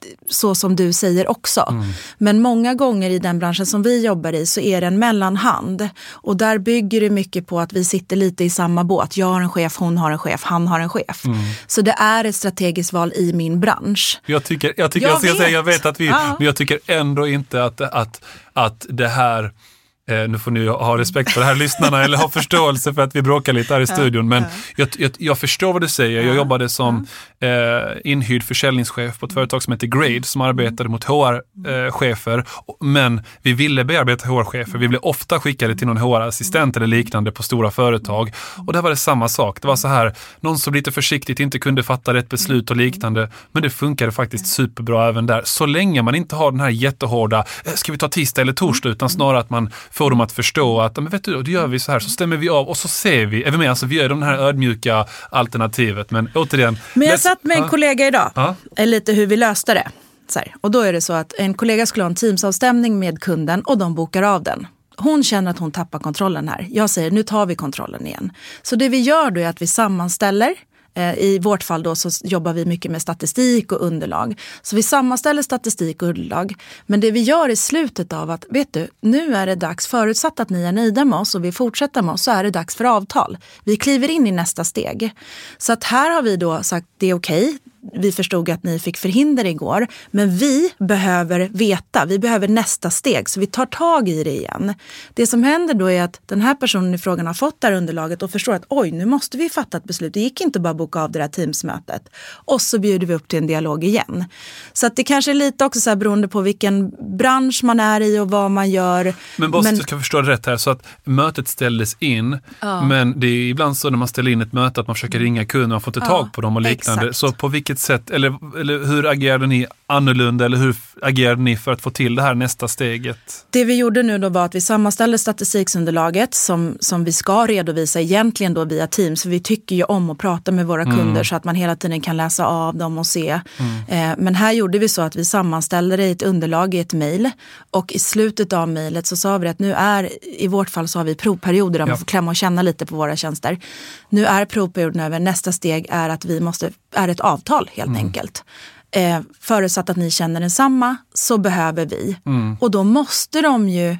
så som du säger också. Mm. Men många gånger i den branschen som vi jobbar i så är det en mellanhand. Och där bygger det mycket på att vi sitter lite i samma båt. Jag har en chef, hon har en chef, han har en chef. Mm. Så det är ett strategiskt val i min bransch. Jag tycker, jag, tycker, jag, jag, vet. Säga, jag vet att vi, ja. Men jag tycker ändå inte att, att, att det här... Eh, nu får ni ha respekt för det här lyssnarna eller ha förståelse för att vi bråkar lite här i studion. Men jag, jag, jag förstår vad du säger. Jag jobbade som eh, inhyrd försäljningschef på ett företag som heter Grade som arbetade mot H R-chefer. Eh, men vi ville bearbeta H R-chefer. Vi blev ofta skickade till någon H R-assistent eller liknande på stora företag. Och där var det samma sak. Det var så här, någon som lite försiktigt inte kunde fatta rätt beslut och liknande. Men det funkade faktiskt superbra även där. Så länge man inte har den här jättehårda, ska vi ta tisdag eller torsdag, utan snarare att man får dem att förstå att, men vet du, då gör vi så här, så stämmer vi av och så ser vi, är vi med, alltså vi gör de här ödmjuka alternativet, men återigen. Men jag satt med en kollega idag, ja. lite hur vi löste det. Så här. Och då är det så att en kollega skulle ha en teamsavstämning med kunden och de bokar av den. Hon känner att hon tappar kontrollen här. Jag säger, nu tar vi kontrollen igen. Så det vi gör då är att vi sammanställer. I vårt fall då så jobbar vi mycket med statistik och underlag. Så vi sammanställer statistik och underlag. Men det vi gör i slutet av att, vet du, nu är det dags, förutsatt att ni är nöjda med oss och vi fortsätter med oss, så är det dags för avtal. Vi kliver in i nästa steg. Så att här har vi då sagt, det är okej. Vi förstod att ni fick förhinder igår, men vi behöver veta, vi behöver nästa steg, så vi tar tag i det igen. Det som händer då är att den här personen i frågan har fått det här underlaget och förstår att oj, nu måste vi fatta ett beslut. Det gick inte bara boka av det här teamsmötet. Och så bjuder vi upp till en dialog igen. Så att det kanske är lite också så här beroende på vilken bransch man är i och vad man gör. Men bara så att du ska förstå det rätt här, så att mötet ställdes in, ja. Men det är ibland så när man ställer in ett möte att man försöker ringa kunder, man får inte tag på dem och liknande. Exakt. Så på vilket sätt, eller, eller hur agerade ni annorlunda, eller hur agerade ni för att få till det här nästa steget? Det vi gjorde nu då var att vi sammanställde statistikunderlaget som, som vi ska redovisa egentligen då via Teams, för vi tycker ju om att prata med våra kunder mm. så att man hela tiden kan läsa av dem och se. Mm. Eh, men här gjorde vi så att vi sammanställde det i ett underlag i ett mejl, och i slutet av mejlet så sa vi att nu är, i vårt fall så har vi provperioder där man ja. får klämma och känna lite på våra tjänster. Nu är provperioden över, nästa steg är att vi måste, är ett avtal helt mm. enkelt. Eh, förutsatt att ni känner densamma så behöver vi. Mm. Och då måste de ju,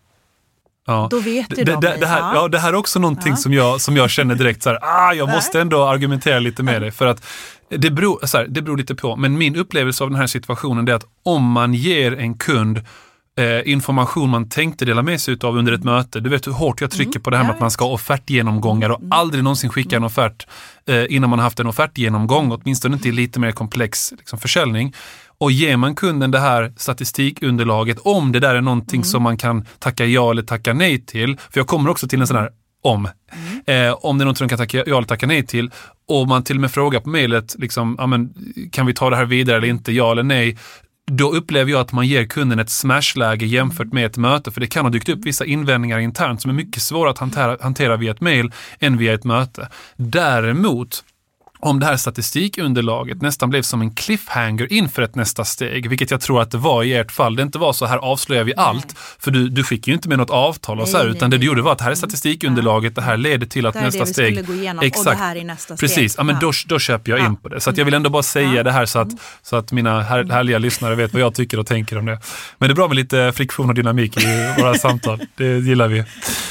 ja. då vet ju det, de. Det, det, här, ja, det här är också någonting ja. som, jag, som jag känner direkt så här, ah, jag måste ändå argumentera lite med dig, för att det beror, så här, det beror lite på. Men min upplevelse av den här situationen är att om man ger en kund Eh, information man tänkte dela med sig av under ett möte. Du vet hur hårt jag trycker mm. på det här med att man ska ha offertgenomgångar och aldrig någonsin skicka en offert eh, innan man haft en offertgenomgång, åtminstone inte i lite mer komplex liksom, försäljning. Och ger man kunden det här statistikunderlaget, om det där är någonting mm. som man kan tacka ja eller tacka nej till, för jag kommer också till en sån här om. Mm. Eh, om det är något de kan tacka ja eller tacka nej till, och man till och med frågar på mejlet liksom, ja, men, kan vi ta det här vidare eller inte, ja eller nej, då upplever jag att man ger kunden ett smashläge jämfört med ett möte, för det kan ha dykt upp vissa invändningar internt som är mycket svåra att hantera, hantera via ett mejl än via ett möte. Däremot, om det här statistikunderlaget nästan blev som en cliffhanger inför ett nästa steg, vilket jag tror att det var i ert fall. Det inte var så här, avslöjar vi nej. allt, för du, du skickar ju inte med något avtal och nej, så här, utan nej, det du gjorde var att här är statistikunderlaget, det här leder till att det nästa steg. Det gå igenom, exakt, och det här är nästa steg. Precis, ja, men då, då köper jag ja. in på det. Så att jag vill ändå bara säga ja. det här så att, så att mina här, härliga lyssnare vet vad jag tycker och tänker om det. Men det är bra med lite friktion och dynamik i våra samtal. Det gillar vi.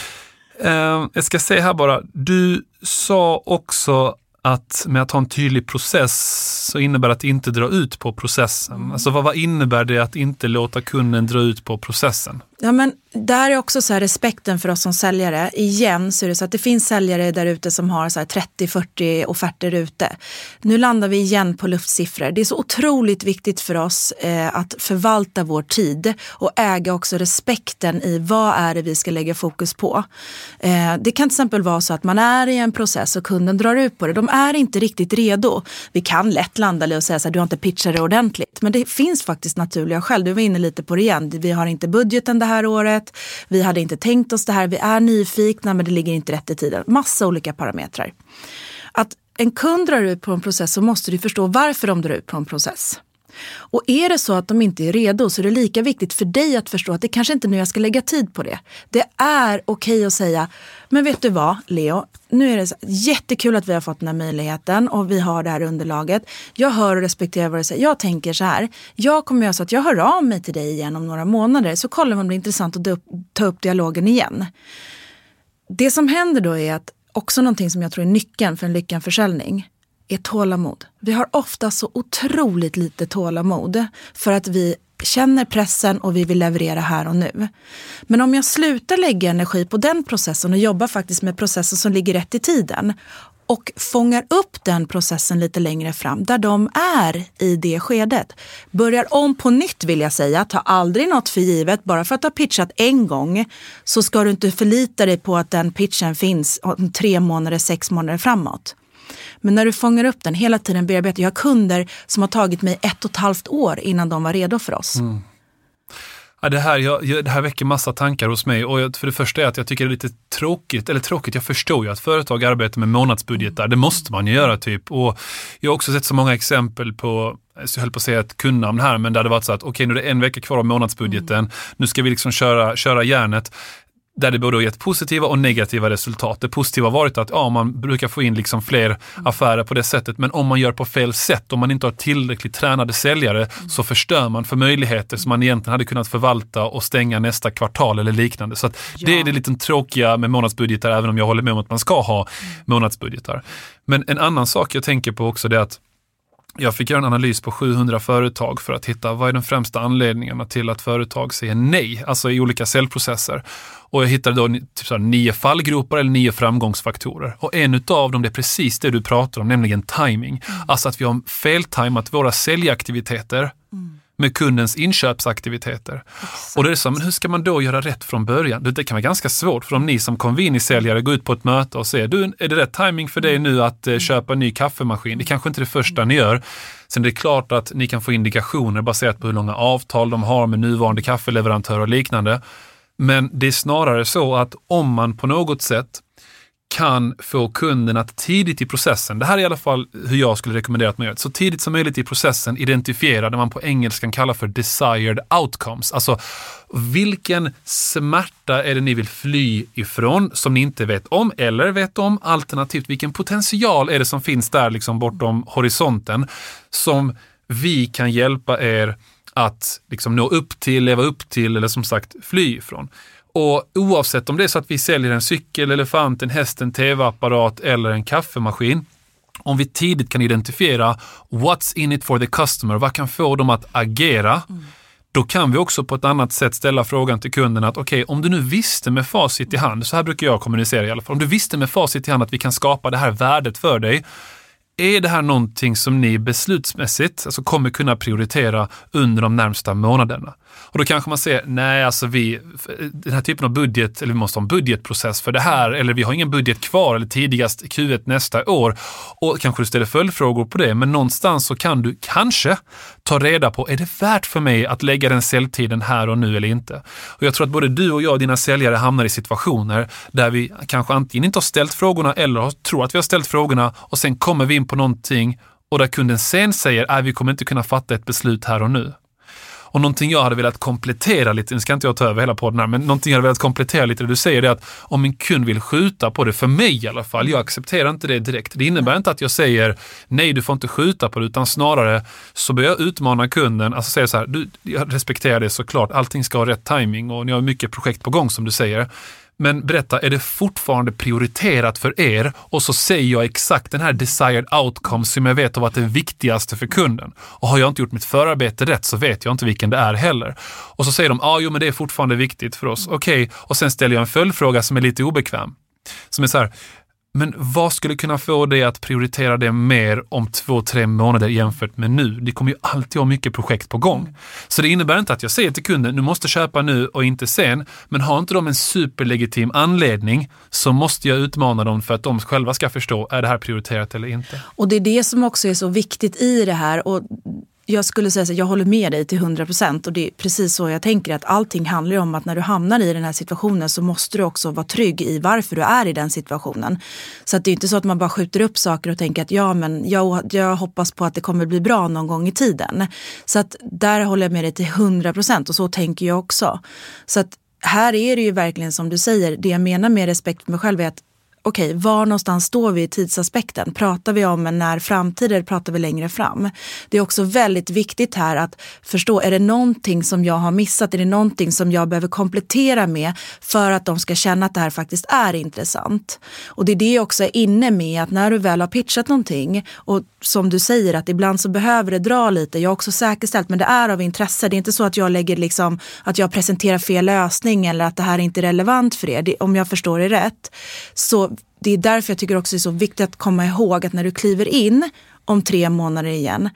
Uh, jag ska säga här bara, du sa också att med att ha en tydlig process så innebär att inte dra ut på processen. Mm. Alltså vad, vad innebär det att inte låta kunden dra ut på processen? Ja, men där är också så här respekten för oss som säljare. Igen så är det så att det finns säljare där ute som har så här trettio till fyrtio offerter ute. Nu landar vi igen på luftsiffror. Det är så otroligt viktigt för oss eh, att förvalta vår tid och äga också respekten i vad är det vi ska lägga fokus på. Eh, det kan till exempel vara så att man är i en process och kunden drar ut på det. De är inte riktigt redo. Vi kan lätt landa och säga så här, du har inte pitchat det ordentligt. Men det finns faktiskt naturliga skäl. Du var inne lite på det igen. Vi har inte budgeten det här året. Vi hade inte tänkt oss det här. Vi är nyfikna men det ligger inte rätt i tiden. Massa olika parametrar. Att en kund drar ut på en process så måste du förstå varför de drar ut på en process. Och är det så att de inte är redo så är det lika viktigt för dig att förstå att det kanske inte nu jag ska lägga tid på det. Det är okej att säga, men vet du vad Leo, nu är det så, jättekul att vi har fått den här möjligheten och vi har det här underlaget. Jag hör och respekterar vad du säger. Jag tänker så här, jag kommer göra så att jag hör av mig till dig igen om några månader så kollar man blir intressant att ta upp dialogen igen. Det som händer då är att också någonting som jag tror är nyckeln för en lyckad försäljning är tålamod. Vi har ofta så otroligt lite tålamod för att vi känner pressen och vi vill leverera här och nu. Men om jag slutar lägga energi på den processen och jobbar faktiskt med processen som ligger rätt i tiden och fångar upp den processen lite längre fram där de är i det skedet. Börjar om på nytt vill jag säga, ta aldrig något för givet. Bara för att du har pitchat en gång så ska du inte förlita dig på att den pitchen finns om tre månader, sex månader framåt. Men när du fångar upp den hela tiden bearbetar. Jag har kunder som har tagit mig ett och ett halvt år innan de var redo för oss. Mm. Ja, det, här, jag, det här väcker massa tankar hos mig och jag, för det första är att jag tycker det är lite tråkigt, eller tråkigt, jag förstår ju att företag arbetar med månadsbudgetar, det måste man ju göra typ och jag har också sett så många exempel på, så jag höll på att säga ett kundnamn här, men där det var så att okej okay, nu är det en vecka kvar av månadsbudgeten, mm. nu ska vi liksom köra, köra järnet. Där det både har gett positiva och negativa resultat. Det positiva har varit att ja, man brukar få in liksom fler affärer på det sättet. Men om man gör på fel sätt, om man inte har tillräckligt tränade säljare mm. så förstör man för möjligheter som man egentligen hade kunnat förvalta och stänga nästa kvartal eller liknande. Så att ja. det är det lite tråkiga med månadsbudgetar, även om jag håller med om att man ska ha mm. månadsbudgetar. Men en annan sak jag tänker på också är att jag fick göra en analys på sjuhundra företag för att hitta vad är de främsta anledningarna till att företag säger nej, alltså i olika säljprocesser. Och jag hittade då typ så här, nio fallgropar eller nio framgångsfaktorer. Och en utav dem det är precis det du pratar om, nämligen timing. Mm. Alltså att vi har feltajmat våra säljaktiviteter mm. med kundens inköpsaktiviteter. Exakt. Och det är så, men hur ska man då göra rätt från början? Det, det kan vara ganska svårt för om ni som konvini-säljare går ut på ett möte och säger, du, är det rätt timing för dig nu att eh, köpa en ny kaffemaskin? Det kanske inte är det första ni gör. Sen är det klart att ni kan få indikationer baserat på hur långa avtal de har med nuvarande kaffeleverantörer och liknande. Men det är snarare så att om man på något sätt kan få kunden att tidigt i processen, det här är i alla fall hur jag skulle rekommendera att man gör det, så tidigt som möjligt i processen identifiera det man på engelskan kallar för desired outcomes. Alltså vilken smärta är det ni vill fly ifrån som ni inte vet om eller vet om, alternativt vilken potential är det som finns där liksom bortom horisonten som vi kan hjälpa er att liksom nå upp till, leva upp till eller som sagt fly ifrån. Och oavsett om det är så att vi säljer en cykel, elefant, en häst, en tv-apparat eller en kaffemaskin, om vi tidigt kan identifiera what's in it for the customer, vad kan få dem att agera, mm. då kan vi också på ett annat sätt ställa frågan till kunden att okej, okay, om du nu visste med facit i hand, så här brukar jag kommunicera i alla fall, om du visste med facit i hand att vi kan skapa det här värdet för dig, är det här någonting som ni beslutsmässigt alltså kommer kunna prioritera under de närmsta månaderna? Och då kanske man säger, nej alltså vi, den här typen av budget, eller vi måste ha en budgetprocess för det här, eller vi har ingen budget kvar, eller tidigast Q ett nästa år. Och kanske du ställer följdfrågor på det, men någonstans så kan du kanske ta reda på, är det värt för mig att lägga den säljtiden här och nu eller inte? Och jag tror att både du och jag och dina säljare hamnar i situationer där vi kanske antingen inte har ställt frågorna eller tror att vi har ställt frågorna och sen kommer vi in på någonting och där kunden sen säger, nej vi kommer inte kunna fatta ett beslut här och nu. Och någonting jag hade velat komplettera lite, nu ska inte jag ta över hela podden här, men någonting jag hade velat komplettera lite, det du säger är att om en kund vill skjuta på det, för mig i alla fall, jag accepterar inte det direkt. Det innebär inte att jag säger, nej du får inte skjuta på det, utan snarare så börjar jag utmana kunden, alltså säga så här, du, jag respekterar det såklart, allting ska ha rätt timing och ni har mycket projekt på gång som du säger. Men berätta, är det fortfarande prioriterat för er? Och så säger jag exakt den här desired outcome som jag vet har varit det viktigaste för kunden. Och har jag inte gjort mitt förarbete rätt så vet jag inte vilken det är heller. Och så säger de, ja ah, jo men det är fortfarande viktigt för oss. Okej, okay. Och sen ställer jag en följdfråga som är lite obekväm. Som är så här, men vad skulle kunna få dig att prioritera det mer om två, tre månader jämfört med nu? Det kommer ju alltid ha mycket projekt på gång. Så det innebär inte att jag säger till kunden, du måste köpa nu och inte sen. Men har inte de en superlegitim anledning så måste jag utmana dem för att de själva ska förstå, är det här prioriterat eller inte? Och det är det som också är så viktigt i det här. Och jag skulle säga att jag håller med dig till hundra procent och det är precis så jag tänker att allting handlar om att när du hamnar i den här situationen så måste du också vara trygg i varför du är i den situationen. Så att det är inte så att man bara skjuter upp saker och tänker att ja men jag, jag hoppas på att det kommer bli bra någon gång i tiden. Så att där håller jag med dig till hundra procent och så tänker jag också. Så att här är det ju verkligen som du säger, det jag menar med respekt för mig själv är att okej, var någonstans står vi i tidsaspekten? Pratar vi om en när framtid eller pratar vi längre fram? Det är också väldigt viktigt här att förstå, är det någonting som jag har missat? Är det någonting som jag behöver komplettera med för att de ska känna att det här faktiskt är intressant? Och det är det jag också är inne med, att när du väl har pitchat någonting och som du säger att ibland så behöver det dra lite. Jag har också säkerställt, men det är av intresse. Det är inte så att jag lägger liksom, att jag presenterar fel lösning eller att det här inte är relevant för er. Det, om jag förstår det rätt. Så det är därför jag tycker också det är så viktigt att komma ihåg att när du kliver in om tre månader igen,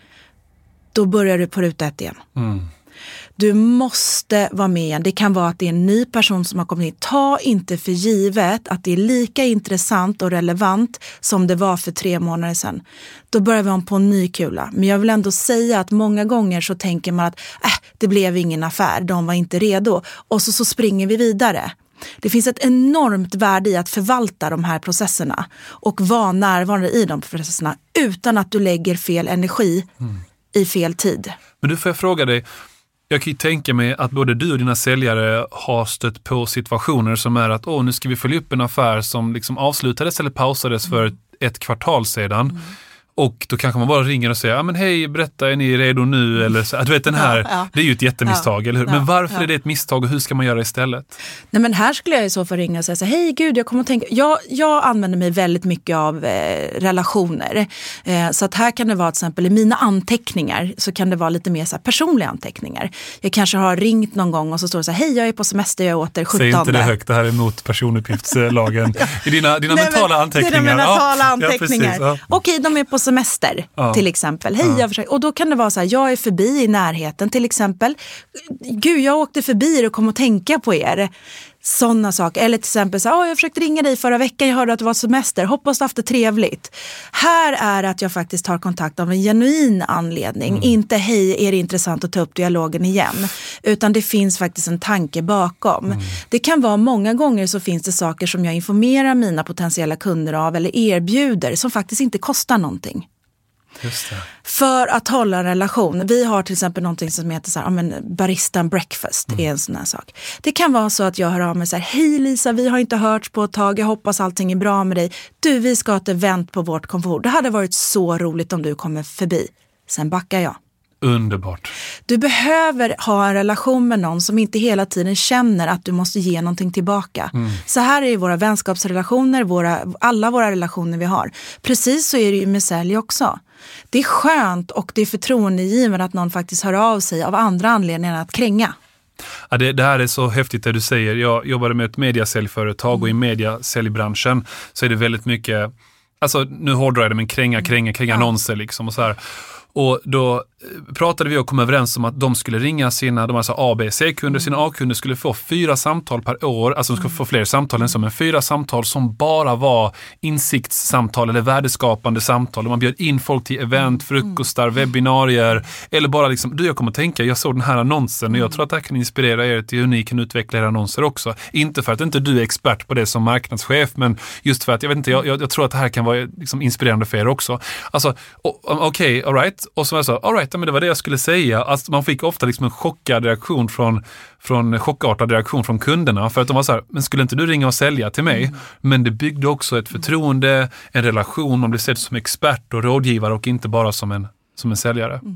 då börjar du på ruta ett igen. Mm. Du måste vara med igen. Det kan vara att det är en ny person som har kommit in. Ta inte för givet att det är lika intressant och relevant som det var för tre månader sedan. Då börjar vi om på en ny kula. Men jag vill ändå säga att många gånger så tänker man att äh, det blev ingen affär, de var inte redo. Och så, så springer vi vidare. Det finns ett enormt värde i att förvalta de här processerna och vara närvarande i de processerna utan att du lägger fel energi mm. i fel tid. Men du, får jag fråga dig, jag kan ju tänka mig att både du och dina säljare har stött på situationer som är att åh, nu ska vi följa upp en affär som liksom avslutades eller pausades mm. för ett kvartal sedan. Mm. Och då kanske man bara ringer och säger, ja men hej, berätta, är ni redo nu? Eller så, du vet den här, ja, ja. Det är ju ett jättemisstag, ja, eller hur? Men varför ja. är det ett misstag och hur ska man göra istället? Nej men här skulle jag i så fall ringa och säga så här, hej gud, jag kommer att tänka, jag, jag använder mig väldigt mycket av eh, relationer. Eh, så att här kan det vara till exempel i mina anteckningar så kan det vara lite mer så här personliga anteckningar. Jag kanske har ringt någon gång och så står det så här, hej jag är på semester, jag åter sjuttonde. Säg inte det högt, det här är emot personuppgiftslagen. ja. I dina, dina Nej, mentala men, anteckningar. Dina mentala ja, anteckningar. Ja, ja. Okej, de är på semester ja. till exempel. Hej, ja. jag försöker. Och då kan det vara så här, jag är förbi i närheten till exempel. Gud, jag åkte förbi och kom att tänka på er. Sådana saker. Eller till exempel så här, jag försökte ringa dig förra veckan, jag hörde att det var semester. Hoppas du haft det trevligt. Här är att jag faktiskt tar kontakt av en genuin anledning. Mm. Inte hej, är det intressant att ta upp dialogen igen. Utan det finns faktiskt en tanke bakom. Mm. Det kan vara många gånger så finns det saker som jag informerar mina potentiella kunder av eller erbjuder som faktiskt inte kostar någonting. Just det. För att hålla en relation. Vi har till exempel någonting som heter så här, ja, men barista breakfast mm. är en sån här sak. Det kan vara så att jag hör av mig så här, hej Lisa, vi har inte hörts på ett tag, jag hoppas allting är bra med dig. Du, vi ska ha ett event på vårt kontor. Det hade varit så roligt om du kommer förbi. Sen backar jag. Underbart. Du behöver ha en relation med någon som inte hela tiden känner att du måste ge någonting tillbaka. Mm. Så här är våra vänskapsrelationer, våra, alla våra relationer vi har. Precis så är det ju med sälj också. Det är skönt och det är förtroendegivande att någon faktiskt hör av sig av andra anledningar än att kränga. Ja, det, det här är så häftigt det du säger. Jag jobbade med ett mediasäljföretag mm. och i mediasäljbranschen så är det väldigt mycket, alltså nu hårdrar jag det, men kränga, kränga, kränga mm. annonser liksom och så här. Och då pratade vi och kom överens om att de skulle ringa sina, de alltså A, B, C-kunder, sina A-kunder skulle få fyra samtal per år, alltså de skulle få fler samtal än som en fyra samtal som bara var insiktssamtal eller värdeskapande samtal. Man bjöd in folk till event, frukostar, webbinarier eller bara liksom, du jag kommer att tänka, jag såg den här annonsen och jag tror att det här kan inspirera er till hur ni kan utveckla era annonser också. Inte för att inte du är expert på det som marknadschef, men just för att, jag vet inte, jag, jag tror att det här kan vara liksom inspirerande för er också. Alltså, okej, okay, all right. Och så jag sa, all right, men det var det jag skulle säga. Alltså, man fick ofta liksom en chockad reaktion från, från chockartad reaktion från kunderna för att de var så här, men skulle inte du ringa och sälja till mig? Mm. Men det byggde också ett förtroende, en relation, man blev sedd som expert och rådgivare och inte bara som en, som en säljare. Mm.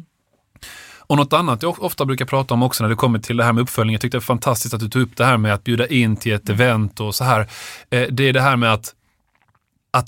Och något annat jag ofta brukar prata om också när det kommer till det här med uppföljning, jag tyckte det var fantastiskt att du tog upp det här med att bjuda in till ett event och så här. Det är det här med att att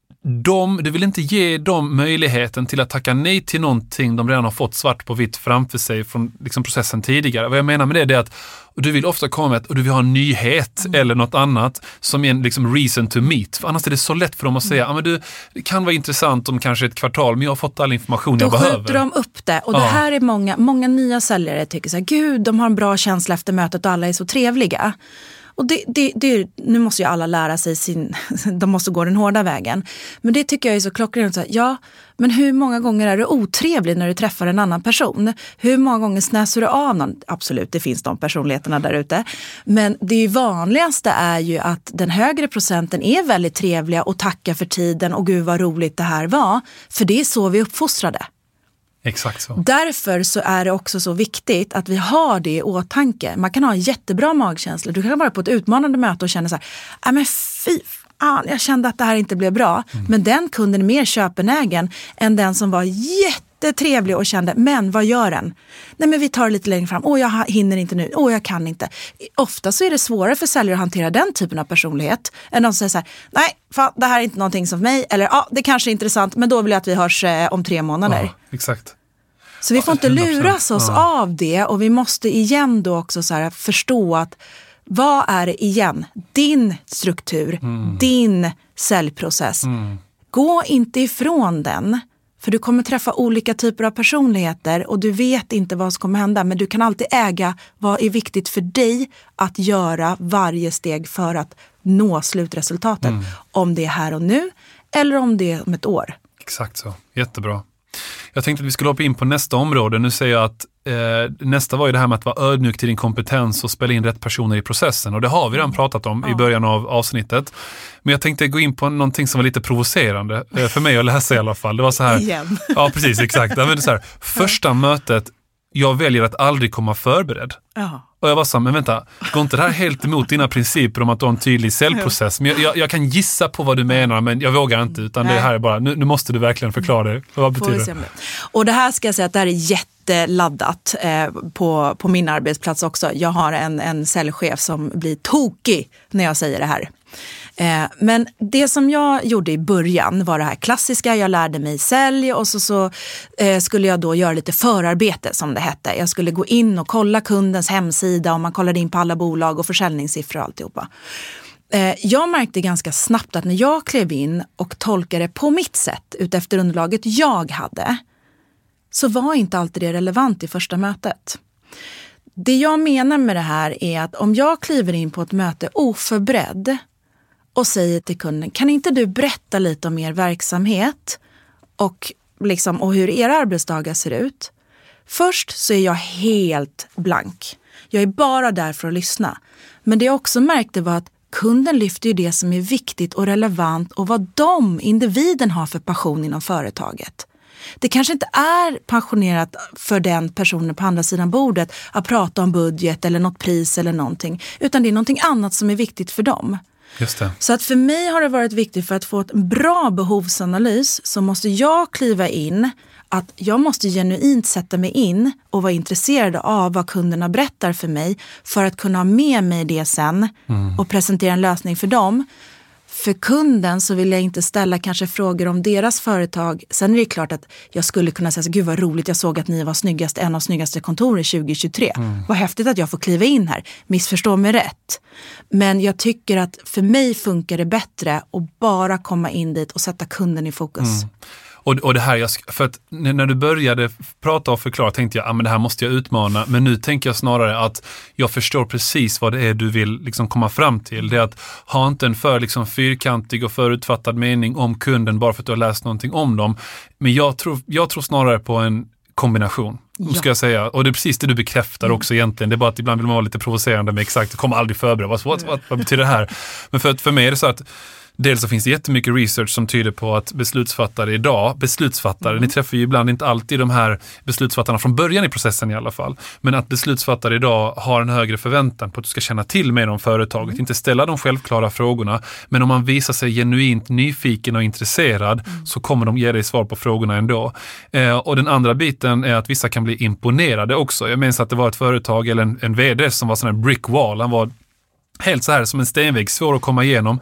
De, du vill inte ge dem möjligheten till att tacka nej till någonting de redan har fått svart på vitt framför sig från liksom processen tidigare. Vad jag menar med det är att du vill ofta komma med och du vill ha en nyhet mm. eller något annat som är en liksom reason to meet. För annars är det så lätt för dem att säga, ja mm. ah, men du, det kan vara intressant om kanske ett kvartal, men jag har fått all information Då jag behöver. Då skjuter de upp det. Och ja. det här är många, många nya säljare tycker så här, gud, de har en bra känsla efter mötet och alla är så trevliga. Och det, det, det, nu måste ju alla lära sig sin, de måste gå den hårda vägen. Men det tycker jag är så klockrent. Ja, men hur många gånger är du otrevlig när du träffar en annan person? Hur många gånger snäser du av någon? Absolut, det finns de personligheterna där ute. Men det vanligaste är ju att den högre procenten är väldigt trevliga och tackar för tiden och gud vad roligt det här var. För det är så vi är uppfostrade. Exakt så. Därför så är det också så viktigt att vi har det i åtanke. Man kan ha en jättebra magkänsla. Du kan vara på ett utmanande möte och känna så här, nej men fy fan, jag kände att det här inte blev bra. Mm. Men den kunden är mer köpenägen än den som var jättetrevlig och kände, men vad gör den? Nej men vi tar det lite längre fram. Åh, jag hinner inte nu. Åh, jag kan inte. Ofta så är det svårare för säljare att hantera den typen av personlighet än de som säger så här, nej, fan, det här är inte någonting som för mig. Eller ja, det kanske är intressant, men då vill jag att vi hörs eh, om tre månader. Ja, exakt. Så vi får inte luras oss ja. av det, och vi måste igen då också så här förstå att vad är det igen? Din struktur, mm. din säljprocess. Mm. Gå inte ifrån den, för du kommer träffa olika typer av personligheter och du vet inte vad som kommer hända, men du kan alltid äga vad är viktigt för dig att göra varje steg för att nå slutresultatet. Mm. Om det är här och nu eller om det är om ett år. Exakt så, jättebra. Jag tänkte att vi skulle hoppa in på nästa område. Nu säger jag att eh, nästa var ju det här med att vara ödmjuk till din kompetens och spela in rätt personer i processen. Och det har vi redan pratat om mm. i början av avsnittet. Men jag tänkte gå in på någonting som var lite provocerande eh, för mig att läsa i alla fall. Det var så här. Igen. Ja, precis, exakt. Men det så här, första mötet, jag väljer att aldrig komma förberedd. Ja. Och jag var så här, men vänta, går inte det här helt emot dina principer om att du har en tydlig säljprocess? Men jag, jag, jag kan gissa på vad du menar, men jag vågar inte, utan Nej. det här är bara, nu, nu måste du verkligen förklara det. Vad betyder det? Och det här ska jag säga att det här är jätteladdat eh, på, på min arbetsplats också. Jag har en, en säljchef som blir tokig när jag säger det här. Eh, men det som jag gjorde i början var det här klassiska, jag lärde mig sälj och så, så eh, skulle jag då göra lite förarbete som det hette. Jag skulle gå in och kolla kundens hemsida och man kollade in på alla bolag och försäljningssiffror och alltihopa. Eh, jag märkte ganska snabbt att när jag klev in och tolkade på mitt sätt utefter underlaget jag hade, så var inte alltid det relevant i första mötet. Det jag menar med det här är att om jag kliver in på ett möte oförberedd och säger till kunden, kan inte du berätta lite om er verksamhet och, liksom, och hur era arbetsdagar ser ut? Först så är jag helt blank. Jag är bara där för att lyssna. Men det jag också märkte var att kunden lyfter ju det som är viktigt och relevant och vad de, individen, har för passion inom företaget. Det kanske inte är passionerat för den personen på andra sidan bordet att prata om budget eller något pris eller någonting, utan det är någonting annat som är viktigt för dem. Just det. Så att för mig har det varit viktigt, för att få ett bra behovsanalys så måste jag kliva in, att jag måste genuint sätta mig in och vara intresserad av vad kunderna berättar för mig för att kunna ha med mig det sen mm. och presentera en lösning för dem. För kunden så vill jag inte ställa kanske frågor om deras företag. Sen är det klart att jag skulle kunna säga så, gud vad roligt, jag såg att ni var snyggast, en av snyggaste kontor i tjugo tjugotre. Mm. Vad häftigt att jag får kliva in här. Missförstå mig rätt. Men jag tycker att för mig funkar det bättre att bara komma in dit och sätta kunden i fokus. Mm. Och, och det här, jag, för att när du började prata och förklara tänkte jag, ah, men det här måste jag utmana. Men nu tänker jag snarare att jag förstår precis vad det är du vill liksom komma fram till. Det är att ha inte en för liksom fyrkantig och förutfattad mening om kunden bara för att du har läst någonting om dem. Men jag tror, jag tror snarare på en kombination, ja. ska jag säga. Och det är precis det du bekräftar också mm. egentligen. Det är bara att ibland vill man vara lite provocerande med exakt, det kommer aldrig förbereda. Vad, vad, vad, vad betyder det här? Men för, för mig är det så att dels så finns det jättemycket research som tyder på att beslutsfattare idag, beslutsfattare, mm. ni träffar ju ibland inte alltid de här beslutsfattarna från början i processen i alla fall, men att beslutsfattare idag har en högre förväntan på att du ska känna till med om företaget, mm. inte ställa de självklara frågorna, men om man visar sig genuint nyfiken och intresserad mm. så kommer de ge dig svar på frågorna ändå. Eh, och den andra biten är att vissa kan bli imponerade också. Jag minns att det var ett företag eller en, en vd som var sån här brick wall, han var helt så här som en stenvägg, svår att komma igenom.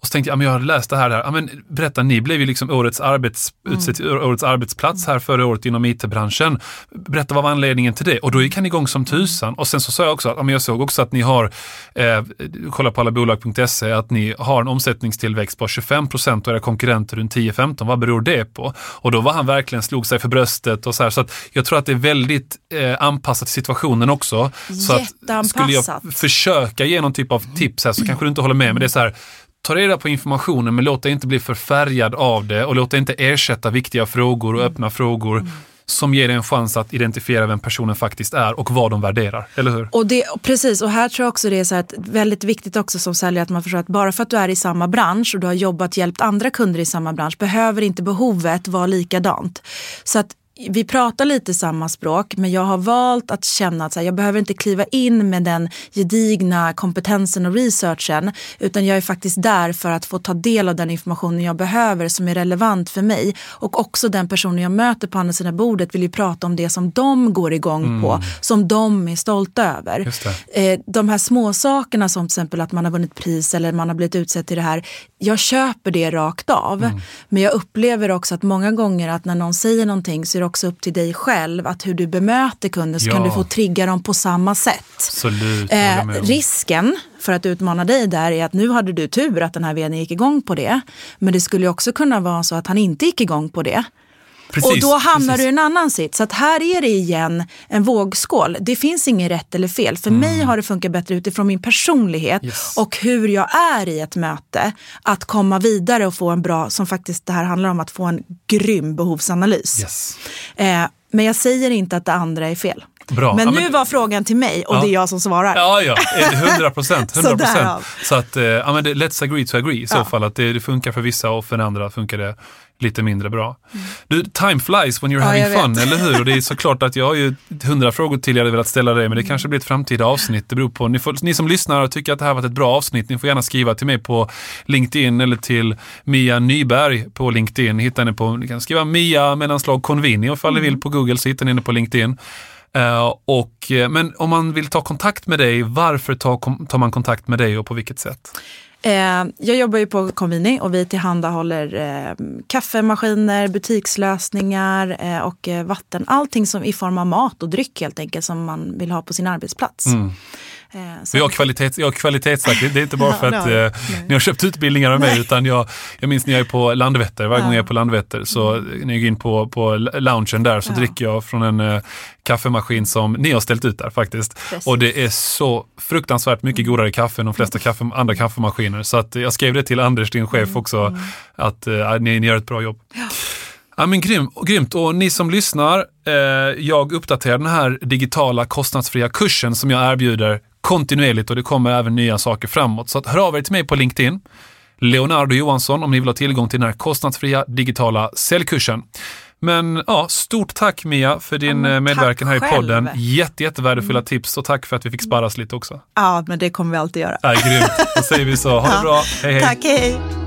Och så tänkte jag, men jag hade läst det här, där. Ja, men berätta, ni blev ju liksom årets, arbets, mm. utsett, årets arbetsplats här förra året inom I T-branschen. Berätta, vad var anledningen till det? Och då gick han igång som tusan. Och sen så sa jag också, att, ja, men jag såg också att ni har, eh, kolla på allabolag punkt se, att ni har en omsättningstillväxt på tjugofem procent och era konkurrenter runt tio femton. Vad beror det på? Och då var han verkligen, slog sig för bröstet och så här. Så att jag tror att det är väldigt eh, anpassat till situationen också. Så att skulle jag försöka ge någon typ av tips här, så kanske du inte håller med, men det är så här: ta reda på informationen, men låt dig inte bli förfärgad av det och låt dig inte ersätta viktiga frågor och öppna frågor mm. som ger dig en chans att identifiera vem personen faktiskt är och vad de värderar, eller hur? Och det, precis, och här tror jag också det är så att väldigt viktigt också som säljare att man förstår att bara för att du är i samma bransch och du har jobbat, hjälpt andra kunder i samma bransch, behöver inte behovet vara likadant. Så att vi pratar lite samma språk, men jag har valt att känna att så här, jag behöver inte kliva in med den gedigna kompetensen och researchen, utan jag är faktiskt där för att få ta del av den informationen jag behöver som är relevant för mig. Och också den personen jag möter på andra sidan bordet vill ju prata om det som de går igång mm. på, som de är stolta över. Just det. Eh, de här små sakerna som till exempel att man har vunnit pris eller man har blivit utsett till det här, jag köper det rakt av. Mm. Men jag upplever också att många gånger att när någon säger någonting så är det också upp till dig själv att hur du bemöter kunden, så ja. kan du få trigga dem på samma sätt. Absolut. Eh, risken för att utmana dig där är att nu hade du tur att den här vdn gick igång på det, men det skulle också kunna vara så att han inte gick igång på det. Precis, och då hamnar precis. du i en annan sitt. Så att här är det igen en vågskål. Det finns ingen rätt eller fel. För mm. mig har det funkat bättre utifrån min personlighet yes. och hur jag är i ett möte. Att komma vidare och få en bra, som faktiskt det här handlar om, att få en grym behovsanalys. Yes. Eh, men jag säger inte att det andra är fel. Bra. Men ja, nu men... var frågan till mig och ja. det är jag som svarar. Ja, ja, hundra procent. hundra procent. Så, så att, ja, men det, let's agree to agree i så ja. fall. Att det, det funkar för vissa och för andra funkar det lite mindre bra. Mm. Du, time flies when you're ja, having fun, eller hur? Och det är såklart att jag har ju hundra frågor till jag hade velat ställa dig, men det mm. kanske blir ett framtida avsnitt. Det beror på, ni, får, ni som lyssnar och tycker att det här var ett bra avsnitt, ni får gärna skriva till mig på LinkedIn eller till Mia Nyberg på LinkedIn. Hittar ni på, ni kan skriva Mia mellanslag Convini och ifall mm. ni vill på Google så hittar ni henne på LinkedIn. Uh, och, men om man vill ta kontakt med dig, varför tar, tar man kontakt med dig och på vilket sätt? Eh, jag jobbar ju på Convini och vi tillhandahåller eh, kaffemaskiner, butikslösningar eh, och eh, vatten. Allting som i form av mat och dryck helt enkelt som man vill ha på sin arbetsplats. Mm. Eh, så jag har kvalitets, jag har kvalitetssaker. Det är inte bara för att ja, eh, ni har köpt utbildningar av mig, nej. utan jag, jag minns när jag är på Landvetter. Varje ja. gång jag är på Landvetter så mm. när jag går in på, på loungen där så ja. dricker jag från en eh, kaffemaskin som ni har ställt ut där faktiskt. Precis. Och det är så fruktansvärt mycket godare kaffe än de flesta kaffe, andra kaffemaskiner. Så att jag skrev det till Anders, din chef mm. också, mm. att eh, ni, ni gör ett bra jobb. Ja. Ja, men grym, grymt. Och ni som lyssnar, eh, jag uppdaterar den här digitala kostnadsfria kursen som jag erbjuder kontinuerligt och det kommer även nya saker framåt. Så att hör av er till mig på LinkedIn, Leonardo Johansson, om ni vill ha tillgång till den här kostnadsfria digitala säljkursen. Men ja, stort tack Mia för din ja, medverkan här i podden. Jätte, jättevärdefulla mm. tips och tack för att vi fick sparras lite också. Ja, men det kommer vi alltid göra. Ja, grymt. Då säger vi så. Ha det bra. Hej, hej. Tack, hej.